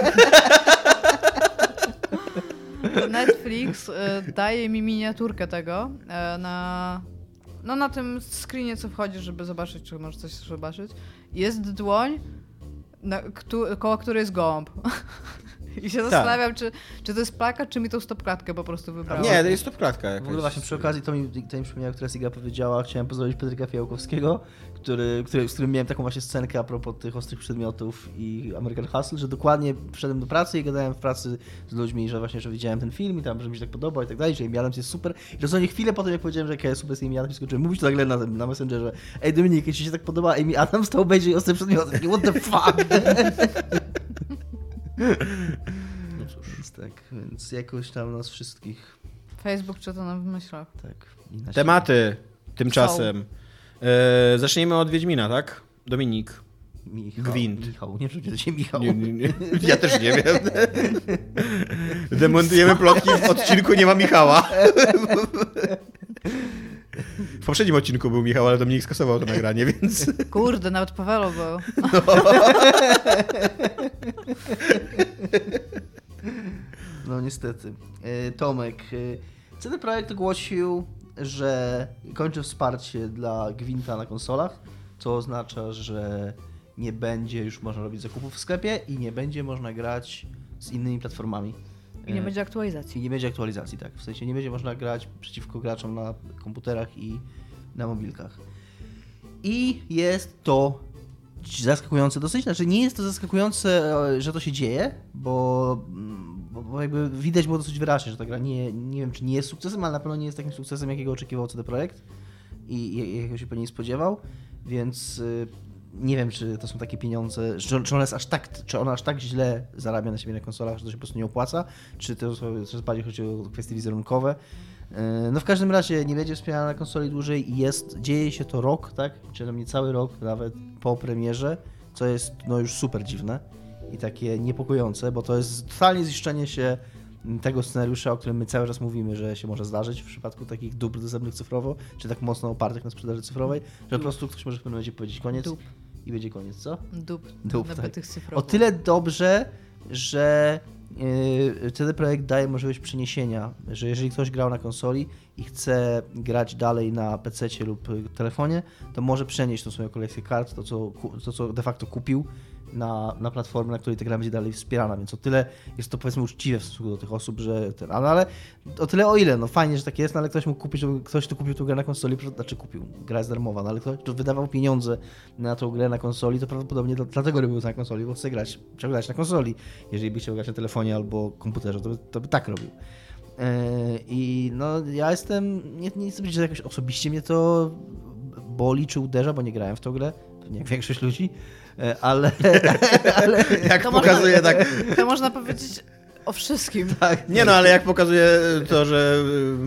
Netflix daje mi miniaturkę tego na... No na tym screenie, co wchodzi, żeby zobaczyć, czy może coś zobaczyć. Jest dłoń, na, kto, koło której jest gołąb. I się zastanawiam, czy, czy to jest plakat, czy mi tą stopklatkę po prostu wybrała. Nie, to jest stopklatka jakaś. W ogóle właśnie przy okazji to mi, to mi przypomniało, która Siga powiedziała, chciałem pozdrowić Patryka Fiałkowskiego, który, który, z którym miałem taką właśnie scenkę a propos tych ostrych przedmiotów i American Hustle, że dokładnie przyszedłem do pracy i gadałem w pracy z ludźmi, że właśnie, że widziałem ten film i tam, że mi się tak podobał i tak dalej, że Amy Adams jest super. I dosłownie chwilę po tym, jak powiedziałem, że jaka jest super z Amy Adams, skończyłem mówić to nagle na, na Messengerze: ej Dominik, jeśli się tak podoba Amy Adams, to obejrzyj ostre przedmioty. What the fuck? No cóż. Więc tak, więc jakoś tam nas wszystkich... Facebook czyta nam w myślach. Tak. I na Tematy tymczasem. E, zaczniemy od Wiedźmina, tak? Dominik. Michał, Gwint. Michał, nie przecież się Michał. Nie, nie, nie. Ja też nie wiem. Demontujemy plotki, w odcinku nie ma Michała. W poprzednim odcinku był Michał, ale Dominik skasował to nagranie, więc... Kurde, nawet Pawelo był. No. No niestety. Tomek, C D Projekt ogłosił, że kończy wsparcie dla Gwinta na konsolach, co oznacza, że nie będzie już można robić zakupów w sklepie i nie będzie można grać z innymi platformami. I nie będzie aktualizacji. I nie będzie aktualizacji, tak. W sensie nie będzie można grać przeciwko graczom na komputerach i na mobilkach. I jest to zaskakujące dosyć. Znaczy nie jest to zaskakujące, że to się dzieje, bo, bo, bo jakby widać było dosyć wyraźnie, że ta gra nie, nie wiem, czy nie jest sukcesem, ale na pewno nie jest takim sukcesem, jakiego oczekiwał C D Projekt i jakiego się pewnie nie spodziewał, więc nie wiem, czy to są takie pieniądze, czy, czy, ona jest aż tak, czy ona aż tak źle zarabia na siebie na konsolach, że to się po prostu nie opłaca, czy to coraz bardziej chodzi o kwestie wizerunkowe. No w każdym razie nie będzie wspierana na konsoli dłużej i jest, dzieje się to rok, tak? Czy tam niecały rok nawet po premierze, co jest no już super dziwne i takie niepokojące, bo to jest totalnie ziszczenie się tego scenariusza, o którym my cały czas mówimy, że się może zdarzyć w przypadku takich dóbr dostępnych cyfrowo, czy tak mocno opartych na sprzedaży cyfrowej, że po prostu ktoś może w pewnym momencie powiedzieć koniec Dup. i będzie koniec, co? Dup, Dup, nabytych tak. cyfrowo. O tyle dobrze, że yy, C D Projekt daje możliwość przeniesienia, że jeżeli ktoś grał na konsoli i chce grać dalej na pececie lub telefonie, to może przenieść tą swoją kolekcję kart, to co, to, co de facto kupił, na, na platformę, na której ta gra będzie dalej wspierana, więc o tyle jest to powiedzmy uczciwe w stosunku do tych osób, że ten, ale, ale o tyle o ile, no fajnie, że tak jest, no, ale ktoś mógł kupić, ktoś tu kupił tę grę na konsoli, znaczy kupił, gra jest darmowa, no ale ktoś tu wydawał pieniądze na tą grę na konsoli, to prawdopodobnie do, dlatego robił to na konsoli, bo chce grać, chciał grać na konsoli, jeżeli by chciał grać na telefonie albo komputerze, to by, to by tak robił. Yy, I no ja jestem, nie, nie chcę powiedzieć, że jakoś osobiście mnie to boli czy uderza, bo nie grałem w tą grę, pewnie jak większość ludzi, ale... ale jak to pokazuje można, tak... To można powiedzieć o wszystkim. Tak, nie no, ale jak pokazuje to, że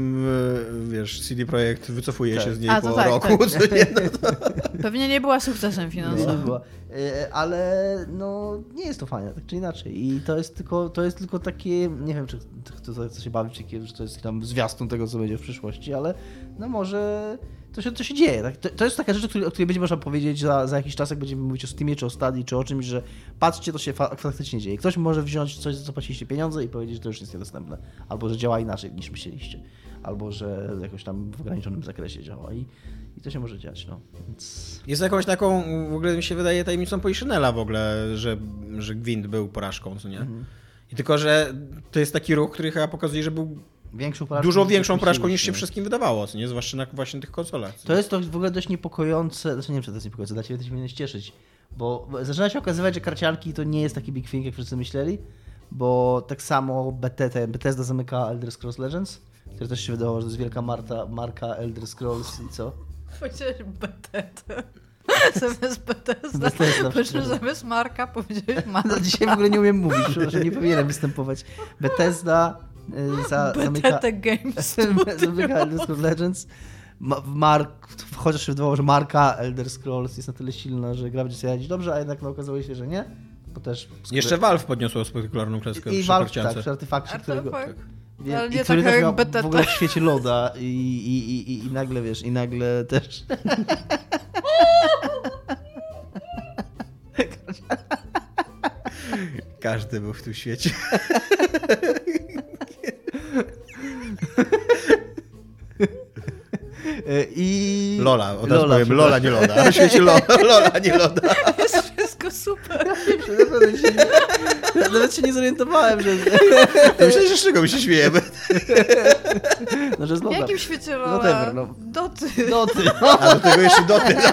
wiesz, C D Projekt wycofuje tak. się z niej A, po tak, roku, tak. co nie, no to... Pewnie nie była sukcesem finansowym. Nie była. Ale no nie jest to fajne, tak czy inaczej. I to jest tylko, to jest tylko takie, nie wiem, czy kto chce się bawić, czy że to jest tam zwiastun tego, co będzie w przyszłości, ale no może to się, to się dzieje. Tak? To, to jest taka rzecz, o której, o której będzie można powiedzieć za, za jakiś czas, jak będziemy mówić o Steamie, czy o Stadii, czy o czymś, że patrzcie, to się fa- faktycznie dzieje. Ktoś może wziąć coś, za co płaciliście pieniądze i powiedzieć, że to już jest niedostępne. Albo, że działa inaczej niż myśleliście. Albo, że jakoś tam w ograniczonym zakresie działa. I, i to się może dziać, no. Więc... Jest jakąś taką, w ogóle mi się wydaje tajemnicą Poliszynela w ogóle, że, że Gwint był porażką, co nie? Mhm. I tylko, że to jest taki ruch, który chyba pokazuje, że był Większą porażką, dużo większą porażką niż się wszystkim wydawało, co nie? Zwłaszcza na właśnie tych konsolach. To jest to w ogóle dość niepokojące, znaczy nie wiem, czy to jest niepokojące, dla ciebie to się powinien cieszyć, bo zaczyna się okazywać, że karcianki to nie jest taki big thing, jak wszyscy myśleli, bo tak samo Bethesda, Bethesda zamyka Elder Scrolls Legends, które też się wydawało, że to jest wielka marta, marka Elder Scrolls i co? Powiedziałeś Bethesda. Zamiast Bethesda. Bethesda Powiedzmy zamiast Marka powiedziałeś Marka. No, dzisiaj w ogóle nie umiem mówić, że nie powinienem występować. Bethesda y, za, zamyka, Games zamyka Elder Scrolls Legends. Ma, Mark, chociaż się wydawało, że marka Elder Scrolls jest na tyle silna, że gra będzie sobie radzić dobrze, a jednak no, okazało się, że nie. Bo też Jeszcze Valve podniosło spektakularną kreskę I, i przy Valve, karciance. tak, przy artefakcie, którego... Tak. Wie, Ale i nie który tak też jak miał Bethesda. w ogóle w świecie loda i, i, i, i, i nagle, wiesz, i nagle też... Każdy był w tym świecie. I... Lola, od razu Lola, powiem, Lola, nie Loda. W świecie Lola, Lola, nie Loda. Jest wszystko super. Nawet się, nie, nawet się nie zorientowałem, że... Myślę, że z czego my się śmiejemy. No, że z W Loda. jakim świecie Lola? Whatever, no. Doty. Doty. A do tego jeszcze doty. No.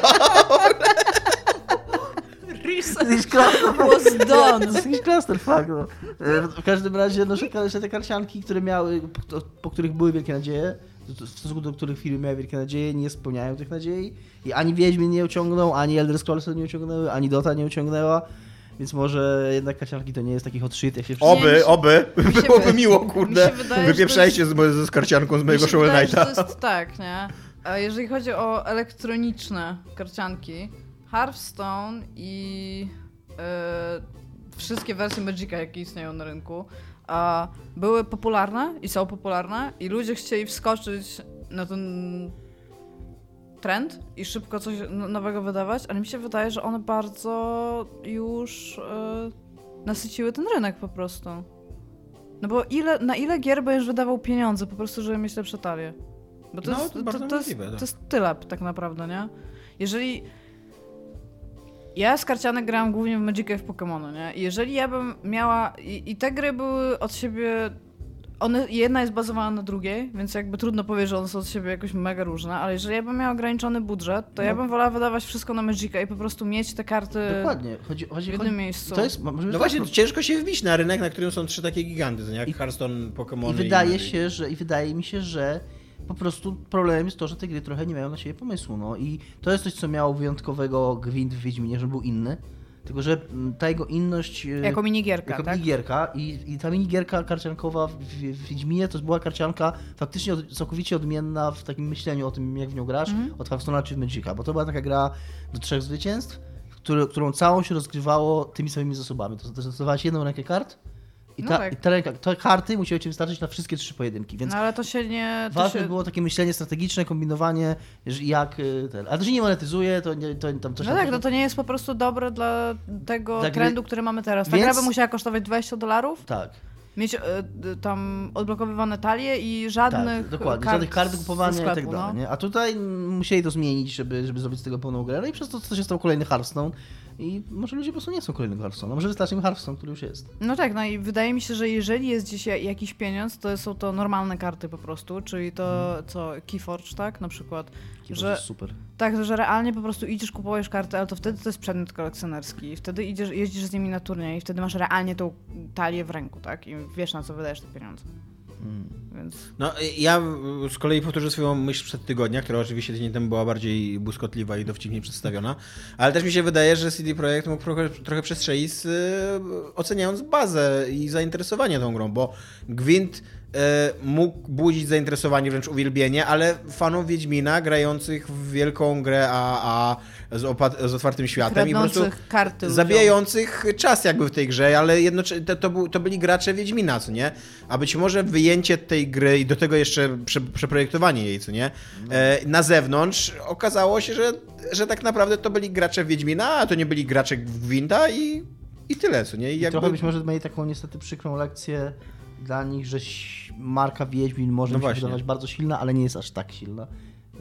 Research was done. To jest jakiś clusterfuck, no. W każdym razie, no, że te karcianki, które miały, po, po których były wielkie nadzieje, w stosunku do których firmy miały wielkie nadzieje, nie spełniają tych nadziei. I ani Wiedźmin nie uciągnął, ani Elder Scrolls nie uciągnęły, ani Dota nie uciągnęła. Więc może jednak karcianki to nie jest taki hot shit, jak się wszyscy... Oby, oby. się Byłoby wy- miło, kurde. mi się wydaje, że Wypieprzajcie z, ze skarcianką z mojego Mi się Shovel wydaje, że Knighta. to jest tak, nie? A jeżeli chodzi o elektroniczne karcianki, Hearthstone i e, wszystkie wersje Magica, jakie istnieją na rynku, a, były popularne i są popularne i ludzie chcieli wskoczyć na ten trend i szybko coś n- nowego wydawać, ale mi się wydaje, że one bardzo już e, nasyciły ten rynek po prostu. No bo ile, na ile gier będziesz wydawał pieniądze po prostu, żeby mieć lepsze talie? Bo to, No, jest, to to, bardzo to, jest, możliwe, tak. to jest tyle tak naprawdę, nie? Jeżeli... Ja z karcianek grałam głównie w Magica i w Pokemony, nie? I jeżeli ja bym miała... I, i te gry były od siebie... One, jedna jest bazowana na drugiej, więc jakby trudno powiedzieć, że one są od siebie jakoś mega różne, ale jeżeli ja bym miała ograniczony budżet, to No. ja bym wolała wydawać wszystko na Magica i po prostu mieć te karty Dokładnie. Chodzi, chodzi, w jednym chodzi, miejscu. to jest, może No właśnie, ciężko się wbić na rynek, na którym są trzy takie giganty, jak I- Hearthstone, I Pokemony wydaje i... się, że i wydaje mi się, że po prostu problemem jest to, że te gry trochę nie mają na siebie pomysłu, no i to jest coś, co miało wyjątkowego Gwint w Wiedźminie, że był inny, tylko że ta jego inność... Jako minigierka, jako tak? minigierka i, i ta minigierka karciankowa w, w Wiedźminie to była karcianka faktycznie od, całkowicie odmienna w takim myśleniu o tym, jak w nią grasz, mm. od Hearthstone'a czy Magica, bo to była taka gra do trzech zwycięstw, który, którą całą się rozgrywało tymi samymi zasobami. To dostawałeś jedną rękę kart i, ta, no tak. i te, ręka, te karty musiały ci wystarczyć na wszystkie trzy pojedynki. Więc no ale to się nie... To ważne się... było takie myślenie strategiczne, kombinowanie, jak ten. Ale to się nie monetyzuje, to, nie, to tam coś No tam, tak, no to nie jest po prostu dobre dla tego dla gry... trendu, który mamy teraz. Ta Więc... gra by musiała kosztować dwadzieścia dolarów. Tak. Mieć y, y, tam odblokowywane talie i żadnych tak, dokładnie, kart żadnych kart do kupowania sklepu, i tak dalej. No. Nie? A tutaj musieli to zmienić, żeby, żeby zrobić z tego pełną grę. No i przez to, to się stał kolejny Hearthstone. I może ludzie po prostu nie chcą kolejnego Hearthstone'a. Może wystarczy im Hearthstone, który już jest. No tak, no i wydaje mi się, że jeżeli jest gdzieś jakiś pieniądz, to są to normalne karty po prostu, czyli to co Keyforge, tak, na przykład. Keyforge że, jest super. Tak, że realnie po prostu idziesz, kupujesz karty, ale to wtedy to jest przedmiot kolekcjonerski. Wtedy idziesz, jeździsz z nimi na turniej i wtedy masz realnie tą talię w ręku, tak, i wiesz, na co wydajesz te pieniądze. Hmm. Więc... No ja z kolei powtórzę swoją myśl sprzed tygodnia, która oczywiście tydzień temu była bardziej błyskotliwa i dowcipnie przedstawiona, ale też mi się wydaje, że C D Projekt mógł trochę, trochę przestrzelić yy, oceniając bazę i zainteresowanie tą grą, bo Gwint yy, mógł budzić zainteresowanie, wręcz uwielbienie, ale fanów Wiedźmina grających w wielką grę A A z, opat- z otwartym światem i po prostu karty zabijających ludziom. Czas jakby w tej grze, ale jednocześnie to, to, był, to byli gracze Wiedźmina, co nie? A być może wyjęcie tej gry i do tego jeszcze prze, przeprojektowanie jej, co nie? E, na zewnątrz okazało się, że, że tak naprawdę to byli gracze Wiedźmina, a to nie byli gracze Gwinta i, i tyle, co nie? I I jakby... trochę być może mieli taką niestety przykrą lekcję dla nich, że marka Wiedźmin może no się wydawać bardzo silna, ale nie jest aż tak silna. Yy...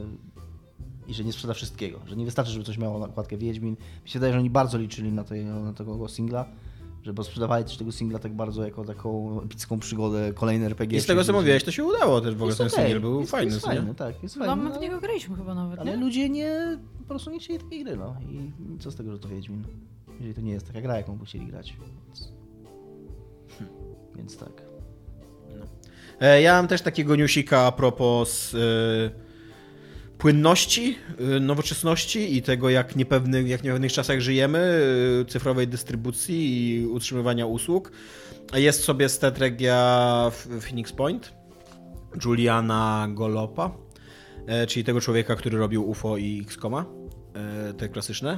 I że nie sprzeda wszystkiego, że nie wystarczy, żeby coś miało nakładkę Wiedźmin. Mi się wydaje, że oni bardzo liczyli na, tej, na tego singla, że bo sprzedawali też tego singla tak bardzo jako taką epicką przygodę, kolejny R P G. I z tego co mówiłeś, to się udało też w ogóle, ten okay. singiel był jest, fajny. Jest fajny, tak, jest no, fajny. my w niego graliśmy chyba nawet, ale nie? ludzie nie, po prostu nie chcieli takiej gry, no. I co z tego, że to Wiedźmin, jeżeli to nie jest taka gra, jaką by chcieli grać. Więc, hmm. Więc tak. No. E, ja mam też takiego newsika a propos... Yy... płynności, nowoczesności i tego, jak, niepewny, jak w niepewnych czasach żyjemy, cyfrowej dystrybucji i utrzymywania usług. Jest sobie strategia Phoenix Point, Juliana Golopa, czyli tego człowieka, który robił U F O i X COMa, te klasyczne.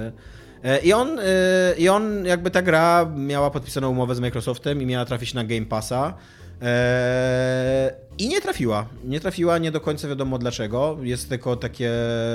I on, I on, jakby ta gra miała podpisaną umowę z Microsoftem i miała trafić na Game Passa. Eee, I nie trafiła. Nie trafiła, nie do końca wiadomo dlaczego. Jest tylko takie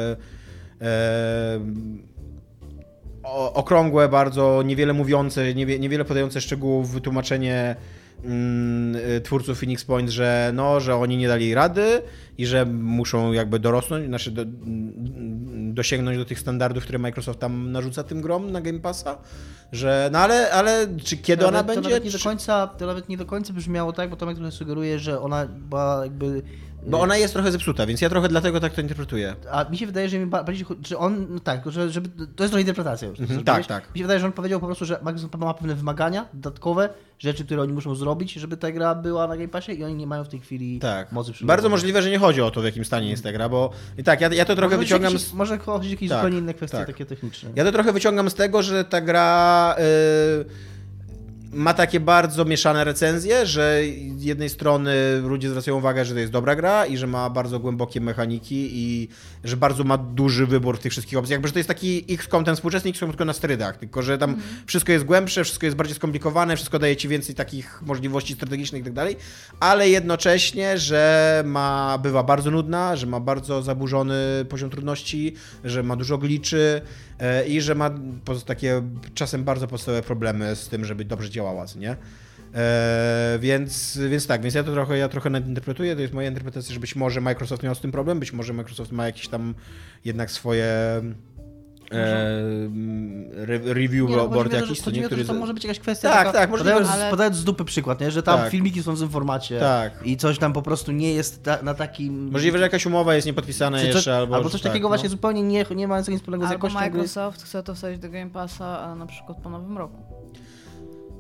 e, o, okrągłe, bardzo niewiele mówiące, niewie, niewiele podające szczegółów wytłumaczenie mm, twórców Phoenix Point, że, no, że oni nie dali rady i że muszą jakby dorosnąć, znaczy do, dosięgnąć do tych standardów, które Microsoft tam narzuca tym grom na Game Passa, że no ale, ale czy kiedy to ona nawet, będzie? To nawet, nie czy... do końca, to nawet nie do końca brzmiało tak, bo Tomek trochę sugeruje, że ona była jakby... Bo ona jest trochę zepsuta, więc ja trochę dlatego tak to interpretuję. A mi się wydaje, że mi bardziej, że on, no tak, że, żeby, to jest trochę interpretacja już. Mhm, tak, tak. Mi się wydaje, że on powiedział po prostu, że Microsoft ma pewne wymagania dodatkowe, rzeczy, które oni muszą zrobić, żeby ta gra była na Game Passie i oni nie mają w tej chwili tak. mocy przygotowania. Bardzo możliwe, że nie chodzi o to, w jakim stanie jest ta gra, bo i tak, ja, ja to trochę może wyciągam... Jakieś, z... Może chodzić jakieś tak, zupełnie inne kwestie tak. takie techniczne. Ja to trochę wyciągam z tego, że ta gra... Yy... ma takie bardzo mieszane recenzje, że z jednej strony ludzie zwracają uwagę, że to jest dobra gra i że ma bardzo głębokie mechaniki i że bardzo ma duży wybór w tych wszystkich opcjach, jakby że to jest taki X COM, ten współczesny X COM tylko na sterydach, tylko że tam mm. wszystko jest głębsze, wszystko jest bardziej skomplikowane, wszystko daje ci więcej takich możliwości strategicznych i tak dalej, ale jednocześnie, że ma, bywa bardzo nudna, że ma bardzo zaburzony poziom trudności, że ma dużo gliczy i że ma takie czasem bardzo podstawowe problemy z tym, żeby dobrze działała, co nie? Eee, więc, więc tak, więc ja to trochę, ja trochę nadinterpretuję, to jest moja interpretacja, że być może Microsoft miał z tym problem, być może Microsoft ma jakieś tam jednak swoje e, review nie, no, board że, jakiś, to, nie, który... To może być jakaś kwestia tak, taka, tak, możliwe, podając, ale... podając z dupy przykład, nie? Że tam tak. filmiki są w tym formacie tak. i coś tam po prostu nie jest ta, na takim... Możliwe, że jakaś umowa jest niepodpisana coś, jeszcze, albo... albo coś tak, takiego no. właśnie zupełnie nie, nie ma nic wspólnego z albo jakością Microsoft gry. Chce to wsadzić do Game Passa, a na przykład po nowym roku.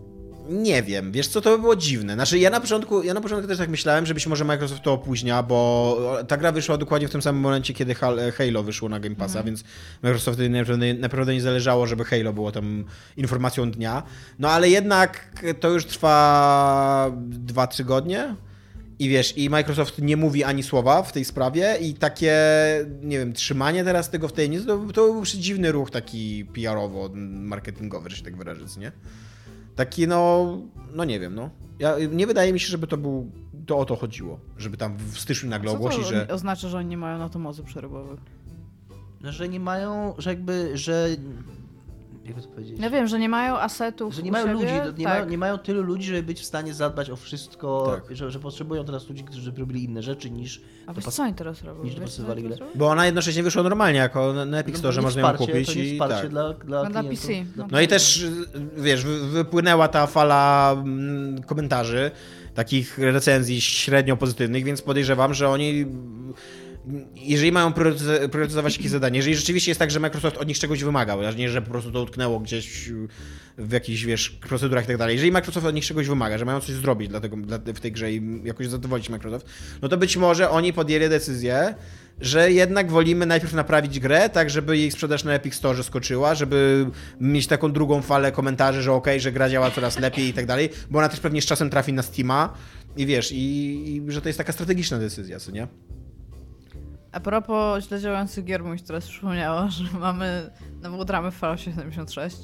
Nie wiem, wiesz co, to by było dziwne. Znaczy ja na początku, ja na początku też tak myślałem, że być może Microsoft to opóźnia, bo ta gra wyszła dokładnie w tym samym momencie, kiedy Halo wyszło na Game Passa, mm. więc Microsoftowi naprawdę, naprawdę nie zależało, żeby Halo było tam informacją dnia. No ale jednak to już trwa dwa tygodnie i wiesz, i Microsoft nie mówi ani słowa w tej sprawie i takie, nie wiem, trzymanie teraz tego w tajemnicy, to, to był dziwny ruch taki P R-owo, marketingowy, że się tak wyrażę, nie? Taki, no, no nie wiem, no. Ja, nie wydaje mi się, żeby to był, to o to chodziło, żeby tam w styczniu nagle ogłosić, co to że... oznacza, że oni nie mają na to mocy przerobowych? No, że nie mają, że jakby, że... Jakby to powiedzieć? Ja wiem, że nie mają asetów Że nie mają siebie, ludzi, nie, tak. mają, nie mają tylu ludzi, żeby być w stanie zadbać o wszystko, Tak. że, że potrzebują teraz ludzi, którzy robili inne rzeczy niż... A wiesz, pas- co oni teraz robią? niż Wiesz, dopasowywali co oni grę. teraz robią? Bo ona jednocześnie wyszła normalnie, jako na, na Epic No, Store, że nie można ją wsparcie, kupić to nie i wsparcie tak. dla, dla No, dla klientów. P C. Dla- No i też, wiesz, wy- wypłynęła ta fala mm, komentarzy, takich recenzji średnio pozytywnych, więc podejrzewam, że oni... Jeżeli mają priorytetyz- priorytetyzować jakieś zadanie, jeżeli rzeczywiście jest tak, że Microsoft od nich czegoś wymagał, a nie, że po prostu to utknęło gdzieś w jakichś, wiesz, procedurach i tak dalej. Jeżeli Microsoft od nich czegoś wymaga, że mają coś zrobić dlatego, dla, w tej grze i jakoś zadowolić Microsoft, no to być może oni podjęli decyzję, że jednak wolimy najpierw naprawić grę, tak żeby jej sprzedaż na Epic Store skoczyła, żeby mieć taką drugą falę komentarzy, że okej, okay, że gra działa coraz lepiej i tak dalej, bo ona też pewnie z czasem trafi na Steama i wiesz, i, i że to jest taka strategiczna decyzja, co nie? A propos źle działających gier, mi się teraz przypomniało, że mamy nową dramę w Falloutie siedemdziesiąt sześć.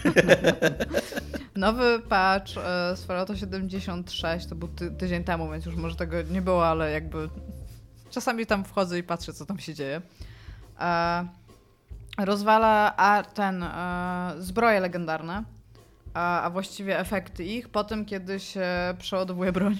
Nowy patch e, z Fallouta siedemdziesiąt sześć, to był ty- tydzień temu, więc już może tego nie było, ale jakby czasami tam wchodzę i patrzę, co tam się dzieje. E, rozwala a, ten e, zbroje legendarne, a, a właściwie efekty ich po tym, kiedy się przeładowuje broń.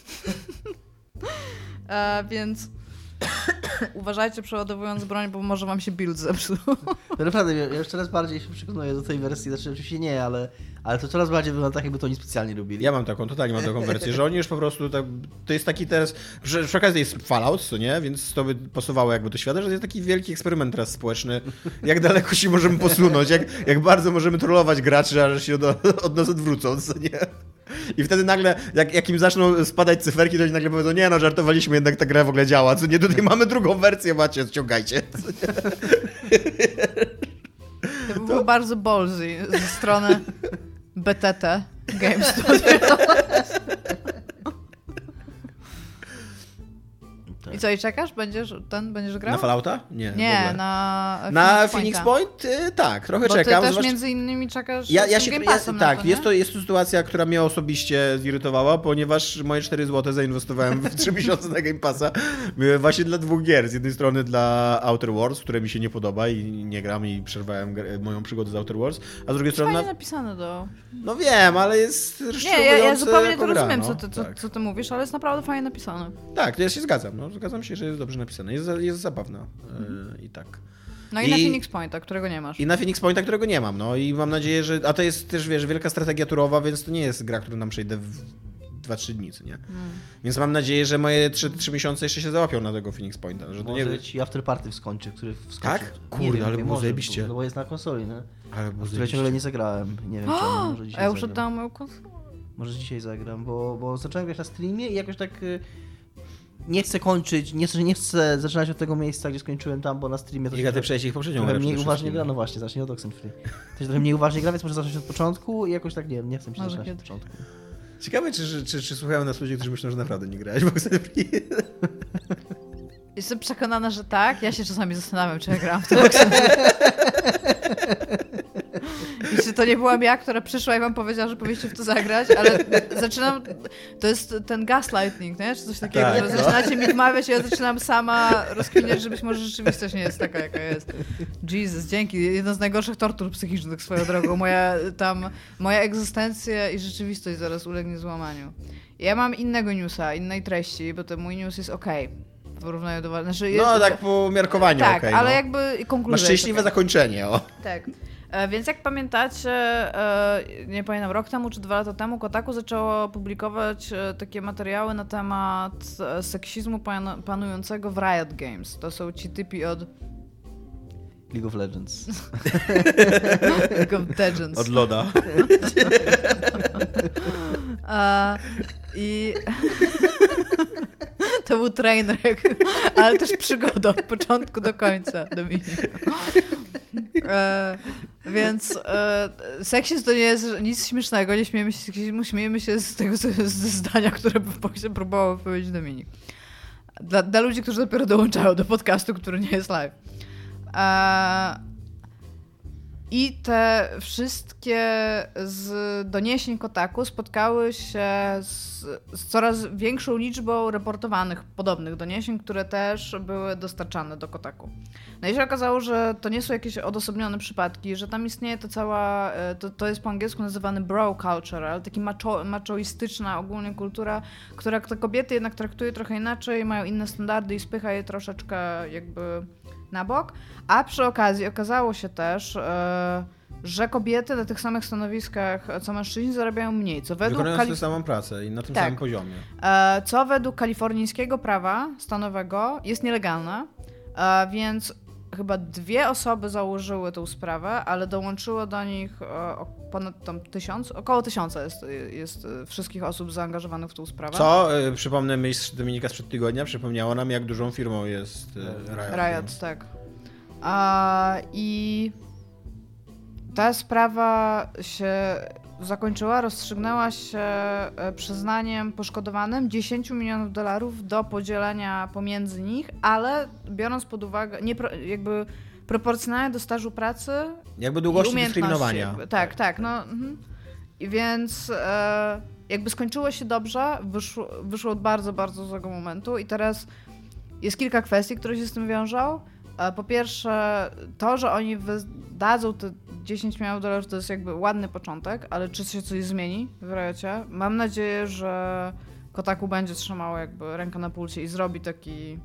e, więc uważajcie, przeładowując broń, bo może wam się build zepsuł. To naprawdę, ja już coraz bardziej się przekonuję do tej wersji, znaczy oczywiście nie, ale, ale to coraz bardziej wygląda tak, jakby to oni specjalnie robili. Ja mam taką, totalnie mam taką wersję, że oni już po prostu tak, to jest taki teraz, że przy okazji jest Fallout, co nie, więc to by pasowało jakby do świata, że to jest taki wielki eksperyment teraz społeczny, jak daleko się możemy posunąć, jak, jak bardzo możemy trollować graczy, aż się od, od nas odwrócą, co nie. I wtedy nagle, jak, jak im zaczną spadać cyferki, to oni nagle powiedzą, nie no, żartowaliśmy, jednak ta gra w ogóle działa, co nie, tutaj mamy drugą wersję, macie, ściągajcie. To było bardzo ballsy ze strony B T T Game Studio. I co, i czekasz? Będziesz ten, będziesz grał? Na Fallouta? Nie, Nie, na Na Phoenix Phoenix Pointa. Point? Y, tak, trochę Bo czekam. ty też zwłaszcza... między innymi czekasz Ja, ja z się, Game ja, Passem na tak, to, jest nie? to, jest to sytuacja, która mnie osobiście zirytowała, ponieważ moje cztery złote zainwestowałem w trzy miesiące na Game Passa właśnie dla dwóch gier. Z jednej strony dla Outer Worlds, które mi się nie podoba i nie gram i przerwałem grę, moją przygodę z Outer Worlds, a z drugiej strony... Fajnie Na... napisane do... No wiem, ale jest Nie, ja, ja zupełnie jako to gra, rozumiem, no. co, ty, co, tak. co ty mówisz, ale jest naprawdę fajnie napisane. Tak, to ja się zgadzam. No, zgadzam się, że jest dobrze napisane. Jest, jest zabawna yy, i tak. No i, I- na Phoenix Pointa, którego nie masz. I na Phoenix Pointa, którego nie mam, no i mam nadzieję, że... A to jest też, wiesz, wielka strategia turowa, więc to nie jest gra, którą nam przejdę w dwa trzy dni, co nie? Hmm. Więc mam nadzieję, że moje trzy miesiące jeszcze się załapią na tego Phoenix Pointa. Że to Może nie... ci Afterparty wskończy, który wskoczy. Tak? Nie Kurde, wiem, ale nie było może, zajebiście. No bo jest na konsoli, nie? Ale było W której ciągle nie zagrałem. Nie wiem, czemu. Może A dzisiaj ja już zagram. oddałam moją konsolę. Może dzisiaj zagram, bo, bo zacząłem grać na streamie i jakoś tak y, nie chcę kończyć, nie, nie chcę zaczynać od tego miejsca, gdzie skończyłem tam, bo na streamie to Iga, się ty przejść ich poprzednią trochę grę mniej przede uważnie wszystkim. gra, no właśnie, zacznie od Oxenfree. To się trochę mniej uważnie gra, więc może zacząć od początku i jakoś tak, nie wiem, nie chcę mi się Może zaczynać od kiedy. początku. Ciekawe, czy, czy, czy, czy słuchają nas ludzie, którzy myślą, że naprawdę nie grałeś w Oxenfree. Jestem przekonana, że tak. Ja się czasami zastanawiam, czy ja grałam w to Oxenfree. I czy to nie byłam ja, która przyszła i wam powiedziała, że powinniście w to zagrać, ale zaczynam... To jest ten gaslighting, nie? Czy coś takiego, Tak, że no. zaczynacie mi wmawiać i ja zaczynam sama rozkminiać, że być może rzeczywistość nie jest taka, jaka jest. Jesus, dzięki. Jedna z najgorszych tortur psychicznych swoją drogą. Moja tam... Moja egzystencja i rzeczywistość zaraz ulegnie złamaniu. Ja mam innego newsa, innej treści, bo ten mój news jest okej. W porównaniu do... Znaczy jest, No tak po miarkowaniu, tak, okej. ale no. jakby konkluzja Masz jest szczęśliwe okej. zakończenie, o. Tak. E, więc jak pamiętacie, e, nie pamiętam, rok temu czy dwa lata temu Kotaku zaczęło publikować e, takie materiały na temat e, seksizmu pan, panującego w Riot Games. To są ci typi od League of Legends. League of Legends. Od loda. A, I to był trainwreck, ale też przygoda od początku do końca, Dominik. E, więc e, seksizm to nie jest nic śmiesznego, nie śmiejemy się z seksizmu, śmiejemy się z tego z zdania, które próbował powiedzieć Dominik. Dla, dla ludzi, którzy dopiero dołączają do podcastu, który nie jest live. E, I te wszystkie z doniesień Kotaku spotkały się z, z coraz większą liczbą reportowanych podobnych doniesień, które też były dostarczane do Kotaku. No i się okazało, że to nie są jakieś odosobnione przypadki, że tam istnieje to cała, to, to jest po angielsku nazywany bro culture, ale taka macho, machoistyczna ogólnie kultura, która te kobiety jednak traktuje trochę inaczej, mają inne standardy i spycha je troszeczkę jakby na bok, a przy okazji okazało się też, że kobiety na tych samych stanowiskach co mężczyźni zarabiają mniej, co według Wykonując Kalif- tę samą pracę i na tym tak. samym poziomie. Co według kalifornijskiego prawa stanowego jest nielegalne, więc chyba dwie osoby założyły tę sprawę, ale dołączyło do nich ponad tam tysiąc, około tysiąca jest, jest wszystkich osób zaangażowanych w tę sprawę. Co, y, przypomnę, myśl Dominika sprzed tygodnia przypomniało nam, jak dużą firmą jest y, Riot. Riot, tak. A, I ta sprawa się zakończyła, rozstrzygnęła się przyznaniem poszkodowanym dziesięć milionów dolarów do podzielenia pomiędzy nich, ale biorąc pod uwagę, nie, jakby proporcjonalnie do stażu pracy jakby długości dyskryminowania. Jakby, tak, tak. No, mhm. I więc e, jakby skończyło się dobrze, wyszło, wyszło od bardzo, bardzo złego momentu i teraz jest kilka kwestii, które się z tym wiążą. Po pierwsze, to, że oni wydadzą te dziesięć milionów dolarów, to jest jakby ładny początek, ale czy się coś zmieni w Riocie? Mam nadzieję, że Kotaku będzie trzymało jakby rękę na pulsie i zrobi taki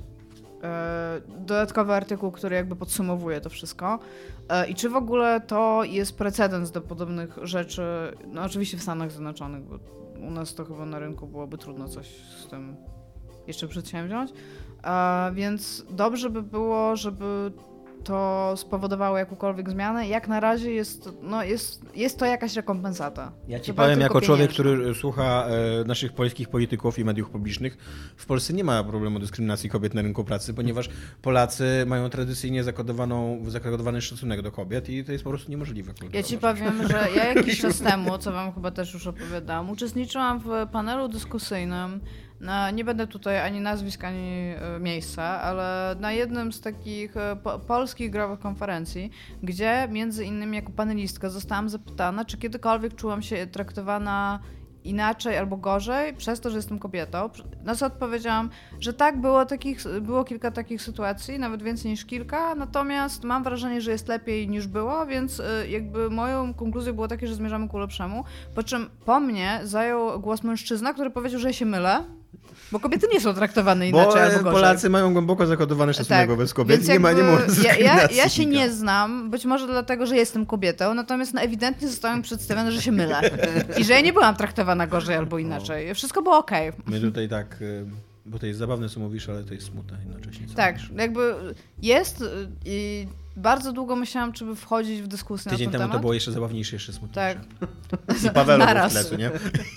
e, dodatkowy artykuł, który jakby podsumowuje to wszystko. E, I czy w ogóle to jest precedens do podobnych rzeczy, no oczywiście w Stanach Zjednoczonych, bo u nas to chyba na rynku byłoby trudno coś z tym jeszcze przedsięwziąć. A więc dobrze by było, żeby to spowodowało jakąkolwiek zmianę. Jak na razie jest, no jest, jest to jakaś rekompensata. Ja ci Chyba powiem, jako człowiek, pieniężna. który słucha e, naszych polskich polityków i mediów publicznych, w Polsce nie ma problemu dyskryminacji kobiet na rynku pracy, ponieważ Polacy mają tradycyjnie zakodowaną, zakodowany szacunek do kobiet i to jest po prostu niemożliwe. Ja ci powiem, że ja jakiś czas temu, co wam chyba też już opowiadałam, uczestniczyłam w panelu dyskusyjnym. No, nie będę tutaj ani nazwisk, ani y, miejsca, ale na jednym z takich y, po, polskich growych konferencji, gdzie między innymi jako panelistka zostałam zapytana, czy kiedykolwiek czułam się traktowana inaczej albo gorzej przez to, że jestem kobietą. Na co odpowiedziałam, że tak, było, takich, było kilka takich sytuacji, nawet więcej niż kilka, natomiast mam wrażenie, że jest lepiej niż było, więc jakby moją konkluzją było takie, że zmierzamy ku lepszemu. Po czym po mnie zajął głos mężczyzna, który powiedział, że ja się mylę, bo kobiety nie są traktowane inaczej bo albo gorzej. Polacy mają głęboko zakodowany szacunek tak, wobec kobiet. Więc nie ma, nie ma ja, ja, ja się nie znam, być może dlatego, że jestem kobietą, natomiast no, ewidentnie zostało mi przedstawione, że się mylę. I że ja nie byłam traktowana gorzej albo inaczej. Wszystko było okej. Okay. My tutaj tak, bo to jest zabawne, co mówisz, ale to jest smutne jednocześnie. Tak, mówisz. jakby jest i bardzo długo myślałam, czy by wchodzić w dyskusję Tydzień na ten temu temat. to było jeszcze zabawniejsze, jeszcze smutniejsze. Tak. I Paweł Naraz. w tle, nie?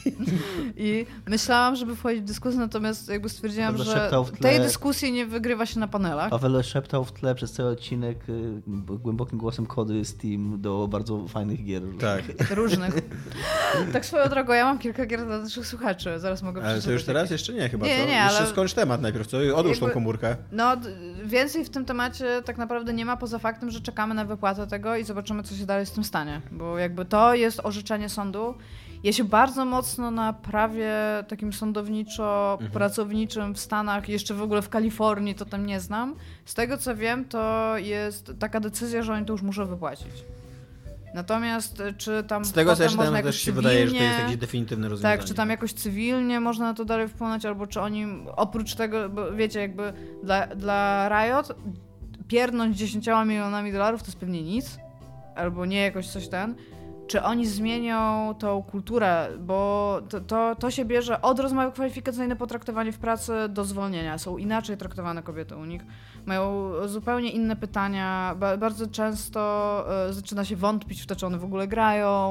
I myślałam, żeby wchodzić w dyskusję, natomiast jakby stwierdziłam, Paweł że szeptał w tle. tej dyskusji nie wygrywa się na panelach. Paweł szeptał w tle przez cały odcinek y, głębokim głosem kody Steam do bardzo fajnych gier. Tak. Różnych. Tak swoją drogą, ja mam kilka gier dla naszych słuchaczy, zaraz mogę Ale to już teraz? Jeszcze nie chyba, Nie, co? nie, Jeszcze ale- skończ temat najpierw, co? Odłóż Jakby- tą komórkę. No, d- więcej w tym temacie tak naprawdę nie ma, poza faktem, że czekamy na wypłatę tego i zobaczymy, co się dalej z tym stanie. Bo jakby to jest orzeczenie sądu. Ja się bardzo mocno na prawie takim sądowniczo-pracowniczym w Stanach, jeszcze w ogóle w Kalifornii, to tam nie znam. Z tego, co wiem, to jest taka decyzja, że oni to już muszą wypłacić. Natomiast czy tam Z tego co potem ja czytałem, można też jakoś się wydaje, że to jest cywilnie- jakieś definitywne rozwiązanie. Tak, czy tam jakoś cywilnie można na to dalej wpłynąć, albo czy oni oprócz tego, bo wiecie, jakby dla, dla Riot pierdnąć dziesięcioma milionami dolarów to jest pewnie nic, albo nie jakoś coś ten. Czy oni zmienią tą kulturę, bo to, to, to się bierze od rozmowy kwalifikacyjnej, potraktowanie w pracy do zwolnienia. Są inaczej traktowane kobiety u nich. Mają zupełnie inne pytania. Ba- bardzo często y, zaczyna się wątpić w to, czy one w ogóle grają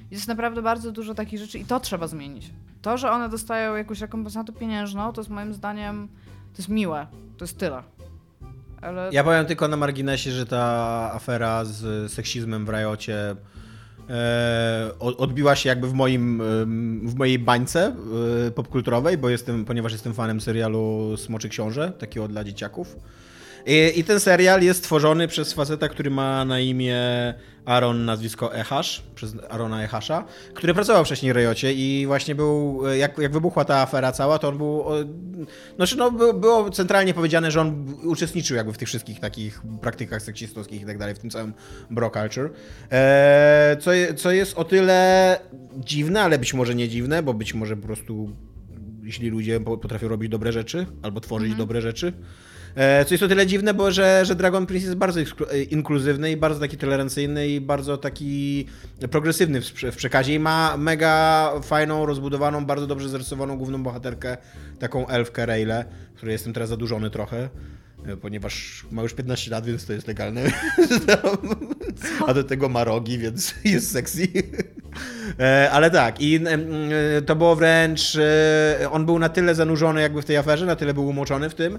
Jest naprawdę bardzo dużo takich rzeczy i to trzeba zmienić. To, że one dostają jakąś rekompensatę pieniężną, to jest moim zdaniem, to jest miłe. To jest tyle. Ale... Ja powiem tylko na marginesie, że ta afera z seksizmem w Riocie e, odbiła się jakby w moim w mojej bańce e, popkulturowej, bo jestem, ponieważ jestem fanem serialu Smoczy Książę, takiego dla dzieciaków. I, I ten serial jest tworzony przez faceta, który ma na imię Aaron, nazwisko Echasz, przez Aarona Echasza, który pracował wcześniej w Riocie i właśnie był, jak, jak wybuchła ta afera cała, to on był, znaczy no, było, było centralnie powiedziane, że on uczestniczył jakby w tych wszystkich takich praktykach seksistowskich i tak dalej, w tym całym bro culture, eee, co, co jest o tyle dziwne, ale być może nie dziwne, bo być może po prostu źli ludzie potrafią robić dobre rzeczy, albo tworzyć mhm. dobre rzeczy. Co jest o tyle dziwne, bo że, że Dragon Prince jest bardzo inkluzywny i bardzo taki tolerancyjny i bardzo taki progresywny w, w przekazie i ma mega fajną, rozbudowaną, bardzo dobrze zarysowaną główną bohaterkę, taką elfkę Rayleigh, której jestem teraz zadłużony trochę, ponieważ ma już piętnaście lat, więc to jest legalne. A do tego ma rogi, więc jest sexy. Ale tak, i to było wręcz, on był na tyle zanurzony jakby w tej aferze, na tyle był umoczony w tym,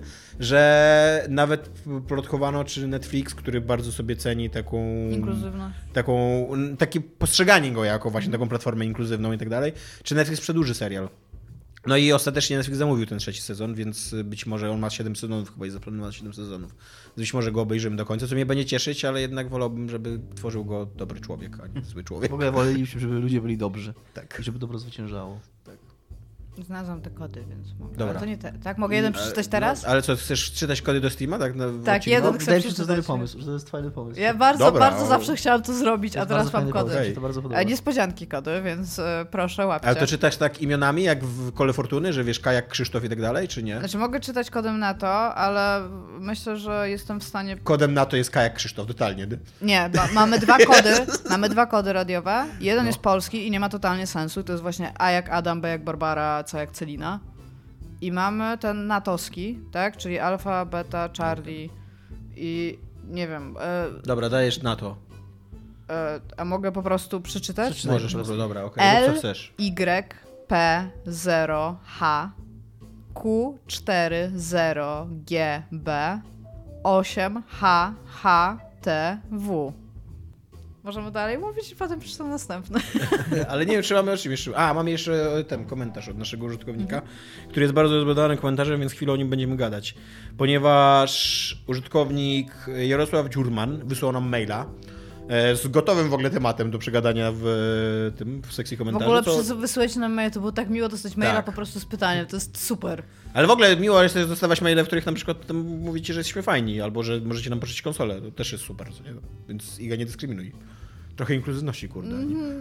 że nawet plotkowano, czy Netflix, który bardzo sobie ceni taką... Inkluzywność. Taką, takie postrzeganie go jako właśnie taką platformę inkluzywną i tak dalej, czy Netflix przedłuży serial. No i ostatecznie Netflix zamówił ten trzeci sezon, więc być może on ma siedem sezonów, chyba jest zaplanowany siedem sezonów. Być może go obejrzymy do końca, co mnie będzie cieszyć, ale jednak wolałbym, żeby tworzył go dobry człowiek, a nie zły człowiek. W ogóle wolelibyśmy, żeby ludzie byli dobrzy. Tak. I żeby dobro zwyciężało. Tak. Znalazłam te kody, więc mogę. Dobra. Ale to nie te, tak? Mogę jeden przeczytać teraz? No, ale co, chcesz czytać kody do Steama? Tak, na, tak jeden no, chcę wydaje mi się, przeczytać. że to jest pomysł, że to jest fajny pomysł. Ja bardzo, Dobra, bardzo o... zawsze chciałam to zrobić, to a teraz mam kody. Pomysł, to bardzo podoba. Niespodzianki kody, więc e, proszę łapcie. Ale to czytasz tak imionami, jak w Kole Fortuny, że wiesz Kajak, Krzysztof i tak dalej, czy nie? Znaczy mogę czytać kodem na to, ale myślę, że jestem w stanie... Kodem na to jest Kajak, Krzysztof, totalnie. Nie, nie ma, mamy dwa kody, mamy dwa kody radiowe. Jeden no. jest polski i nie ma totalnie sensu. To jest właśnie A jak Adam, B jak Barbara, C jak Celina. I mamy ten natowski, tak? Czyli alfa, beta, Charlie i nie wiem... E, Dobra, dajesz na to. E, a mogę po prostu przeczytać? Przeczytaj, możesz, po prostu, dobra, okej, okay, L, co chcesz. Y, P, zero, H, Q, cztery, zero, G, B, osiem, H, H, T, W. Możemy dalej mówić i potem przeczytam następny. Ale nie wiem, czy mamy o czym jeszcze. A, mamy jeszcze ten komentarz od naszego użytkownika, mm-hmm. który jest bardzo rozbudowany komentarzem, więc chwilę o nim będziemy gadać. Ponieważ użytkownik Jarosław Dziurman wysłał nam maila z gotowym w ogóle tematem do przegadania w tym, w sekcji komentarzy. W ogóle to... przez wysłać nam maila, to było tak miło dostać maila tak. po prostu z pytaniem, to jest super. Ale w ogóle miło jest dostawać maile, w których na przykład tam mówicie, że jesteśmy fajni, albo że możecie nam pożyczyć konsolę, to też jest super, co nie? Więc Iga, nie dyskryminuj. Trochę inkluzywności, kurde. Mm.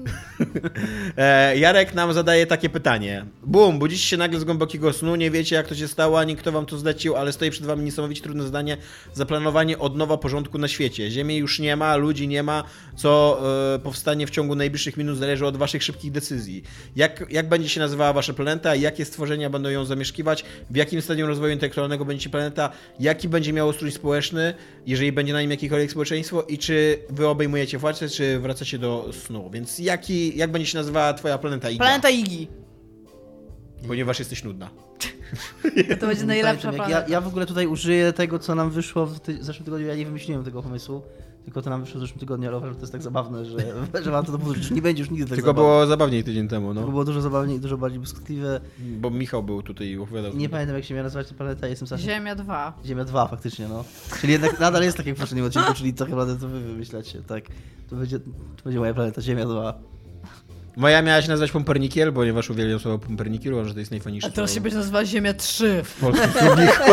e, Jarek nam zadaje takie pytanie. Bum, budzicie się nagle z głębokiego snu, nie wiecie jak to się stało, ani kto wam to zlecił, ale stoi przed wami niesamowicie trudne zadanie, zaplanowanie od nowa porządku na świecie. Ziemi już nie ma, ludzi nie ma, co e, powstanie w ciągu najbliższych minut zależy od waszych szybkich decyzji. Jak, jak będzie się nazywała wasza planeta, jakie stworzenia będą ją zamieszkiwać, w jakim stadium rozwoju intelektualnego będzie planeta, jaki będzie miał ustrój społeczny, jeżeli będzie na nim jakiekolwiek społeczeństwo i czy wy obejmujecie władcę, czy wracacie do snu. Więc jaki, jak będzie się nazywała twoja planeta Iga? Planeta Igi. Ponieważ jesteś nudna. To będzie najlepsza planeta. Ja, ja w ogóle tutaj użyję tego, co nam wyszło w ty- zeszłym tygodniu. Ja nie wymyśliłem tego pomysłu, tylko to nam wyszło w zeszłym tygodniu, ale uważam, że to jest tak zabawne, że, że wam to powtórzyć. Nie będzie już nigdy tak Tylko zabawne. było zabawniej tydzień temu, no. Tylko było dużo zabawniej i dużo bardziej błyskotliwe. Bo Michał był tutaj i opowiadał. I nie pamiętam, jak się miała nazywać ta planeta. Jestem sam... Ziemia dwa. Ziemia dwa, faktycznie, no. Czyli jednak nadal jest tak jak w poprzednim odcinku, czyli tak naprawdę to wy wymyślacie, tak. To będzie, to będzie moja planeta, Ziemia dwa. Moja miała się nazywać Pumpernickel, ponieważ uwielbiam słowo Pumpernickel, uważam, że to jest najfajniejsze. A teraz się będzie nazywała Ziemia trzy. W polskim słowniku.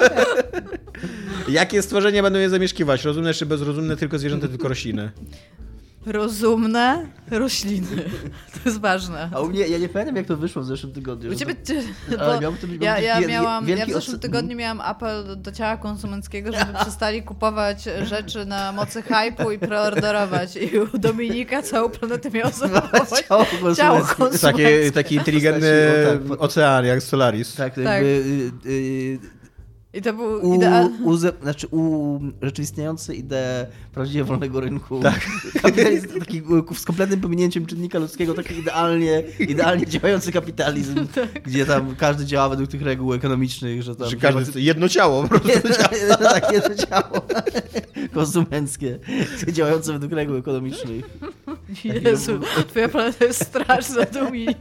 Jakie stworzenia będą je zamieszkiwać? Rozumne czy bezrozumne? Tylko zwierzęta, tylko rośliny. Rozumne rośliny. To jest ważne. A u mnie, ja nie pamiętam jak to wyszło w zeszłym tygodniu. U ciebie, to... bo miał to być, ja, ja, wiel, miałam, ja w zeszłym od... tygodniu miałam apel do ciała konsumenckiego, żeby przestali kupować rzeczy na mocy hype'u i preorderować. I u Dominika całą planetę miało zapakować ciało konsumenckie. Taki, taki inteligentny tak, ocean jak Solaris. Tak, tak. jakby... Y, y, I to był U, idealny... u, znaczy urzeczywistniający ideę prawdziwie wolnego rynku. Tak. Kapitalizm taki z kompletnym pominięciem czynnika ludzkiego, taki idealnie, idealnie działający kapitalizm, tak. Gdzie tam każdy działa według tych reguł ekonomicznych, że tam... Że każdy to jedno ciało, po prostu. Jedno, tak, jedno ciało konsumenckie, działające według reguł ekonomicznych. Jezu, twoja planeta jest straszna, Dominik.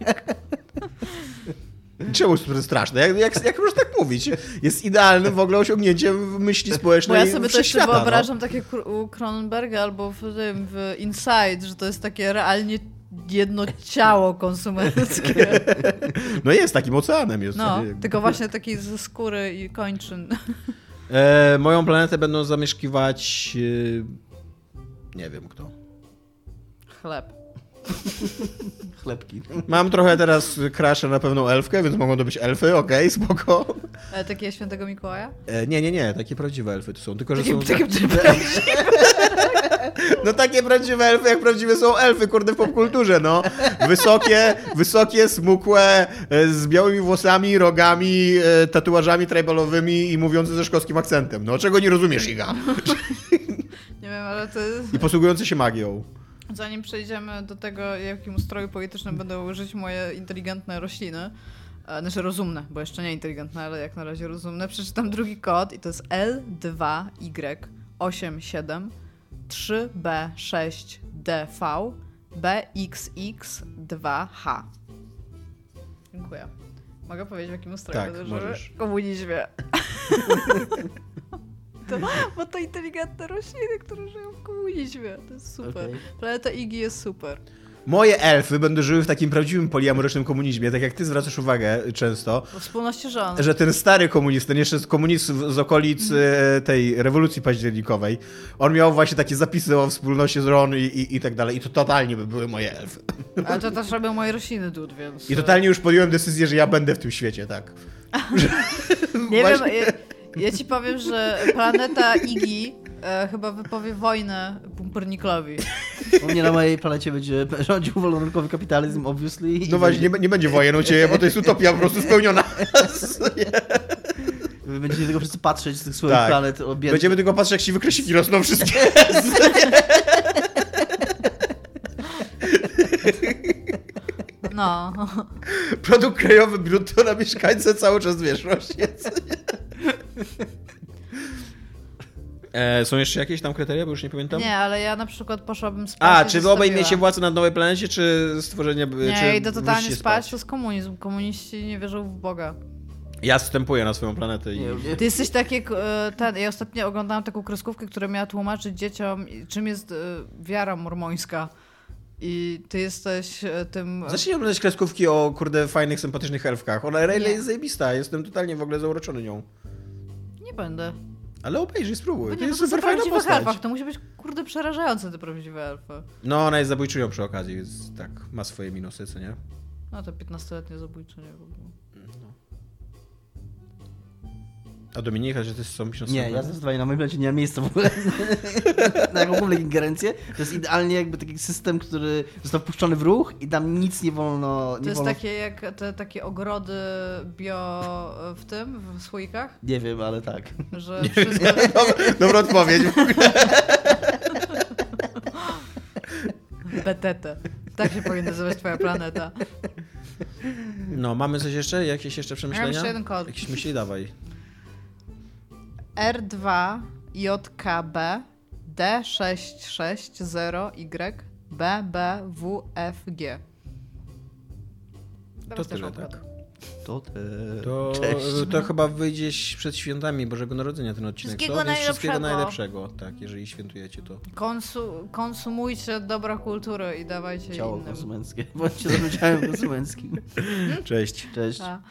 Czemu jest to straszne? Jak, jak, jak możesz tak mówić? Jest idealnym w ogóle osiągnięciem myśli społecznej. Bo ja sobie też świata, wyobrażam no. tak jak u Cronenberga albo w tym w Inside, że to jest takie realnie jedno ciało konsumenckie. No jest, takim oceanem jest. No, nie? tylko właśnie taki ze skóry i kończyn. E, moją planetę będą zamieszkiwać... E, nie wiem kto. Chleb. Chlebki. Mam trochę teraz crasha na pewną elfkę, więc mogą to być elfy, okej, okay, spoko. E, takie świętego Mikołaja? E, nie, nie, nie, takie prawdziwe elfy to są, tylko że Takie, są... takie No takie prawdziwe elfy, jak prawdziwe są elfy, kurde, w popkulturze, no. Wysokie, wysokie, smukłe, z białymi włosami, rogami, tatuażami tribalowymi i mówiące ze szkockim akcentem. No, czego nie rozumiesz, Iga? Nie wiem, ale to jest... I posługujące się magią. Zanim przejdziemy do tego, jakim ustroju politycznym będą użyć moje inteligentne rośliny, znaczy rozumne, bo jeszcze nie inteligentne, ale jak na razie rozumne, przeczytam drugi kod i to jest L dwa Y osiem siedem trzy B sześć D V B X X dwa H. Dziękuję. Mogę powiedzieć, w jakim ustroju Tak, będę możesz. żyły? Komunizmie. To, bo to inteligentne rośliny, które żyją w komunizmie. To jest super. Okay. Planeta Iggy jest super. Moje elfy będą żyły w takim prawdziwym poliamorycznym komunizmie, tak jak ty zwracasz uwagę często. Po wspólności żon. Że ten stary komunizm, ten jeszcze komunizm z okolic mm. tej rewolucji październikowej, on miał właśnie takie zapisy o wspólności z Ron i, i, i tak dalej. I to totalnie by były moje elfy. Ale to też robią moje rośliny, dude, więc... I totalnie już podjąłem decyzję, że ja będę w tym świecie, tak. Nie właśnie... wiem, ja, ja ci powiem, że planeta Iggy e, chyba wypowie wojnę Pumpernickowi. U mnie na mojej planecie będzie rządził wolnorynkowy kapitalizm, obviously. No właśnie, będzie... nie, nie będzie wojen u ciebie, bo to jest utopia po prostu spełniona. Wy będziecie tylko wszyscy patrzeć z tych swoich tak. planet. Obied... Będziemy tylko patrzeć, jak ci wykresiki rosną wszystkie. No. Produkt krajowy brutto na mieszkańcę cały czas, wiesz, rośnie. E, są jeszcze jakieś tam kryteria, bo już nie pamiętam? Nie, ale ja na przykład poszłabym spać. A, czy wy obaj mieliście władzę na nowej planecie, czy stworzenie... Nie, czy idę totalnie spać, spać, to jest komunizm. Komuniści nie wierzą w Boga. Ja wstępuję na swoją planetę i... Nie, Ty jesteś taki... Ten, ja ostatnio oglądałam taką kreskówkę, która miała tłumaczyć dzieciom, czym jest wiara mormońska. I ty jesteś tym... Zacznij oglądać kreskówki o, kurde, fajnych, sympatycznych elfkach. Ona Rayleigh Nie. jest zajebista, jestem totalnie w ogóle zauroczony nią. Nie będę. Ale obejrzyj, spróbuj. Bo To nie, jest bo to super są fajna prawdziwych postać. elfach. To musi być, kurde, przerażające te prawdziwe elfy. No, ona jest zabójczynią przy okazji, więc tak, ma swoje minusy, co nie? No to piętnastoletnie zabójczenie w ogóle. A Dominika, że ty są minusy? Nie, ja zdecydowanie na moim planecie nie ma miejsca w ogóle na jakąkolwiek ingerencję. To jest idealnie jakby taki system, który został wpuszczony w ruch i tam nic nie wolno... Nie To jest wolno... takie jak te takie ogrody bio w tym, w słoikach? Nie wiem, ale tak. Że wszystko... Dobra, dobra odpowiedź. B T T. Tak się powinna nazywać twoja planeta. No, mamy coś jeszcze? Jakieś jeszcze Ja przemyślenia? mam jeszcze jeden kod. Jakieś myśli? Dawaj. R dwa J K B D sześć sześć zero Y B B W F G. To tyle, tak? To, te... To, to chyba wyjdzie przed świętami Bożego Narodzenia ten odcinek. Wszystkiego co? Więc najlepszego. Wszystkiego najlepszego, tak, jeżeli świętujecie to. Konsu konsumujcie dobra kultury i dawajcie Ciało innym. konsumenckie. Bądźcie za udziałem konsumenckim. Cześć. Cześć. Ta.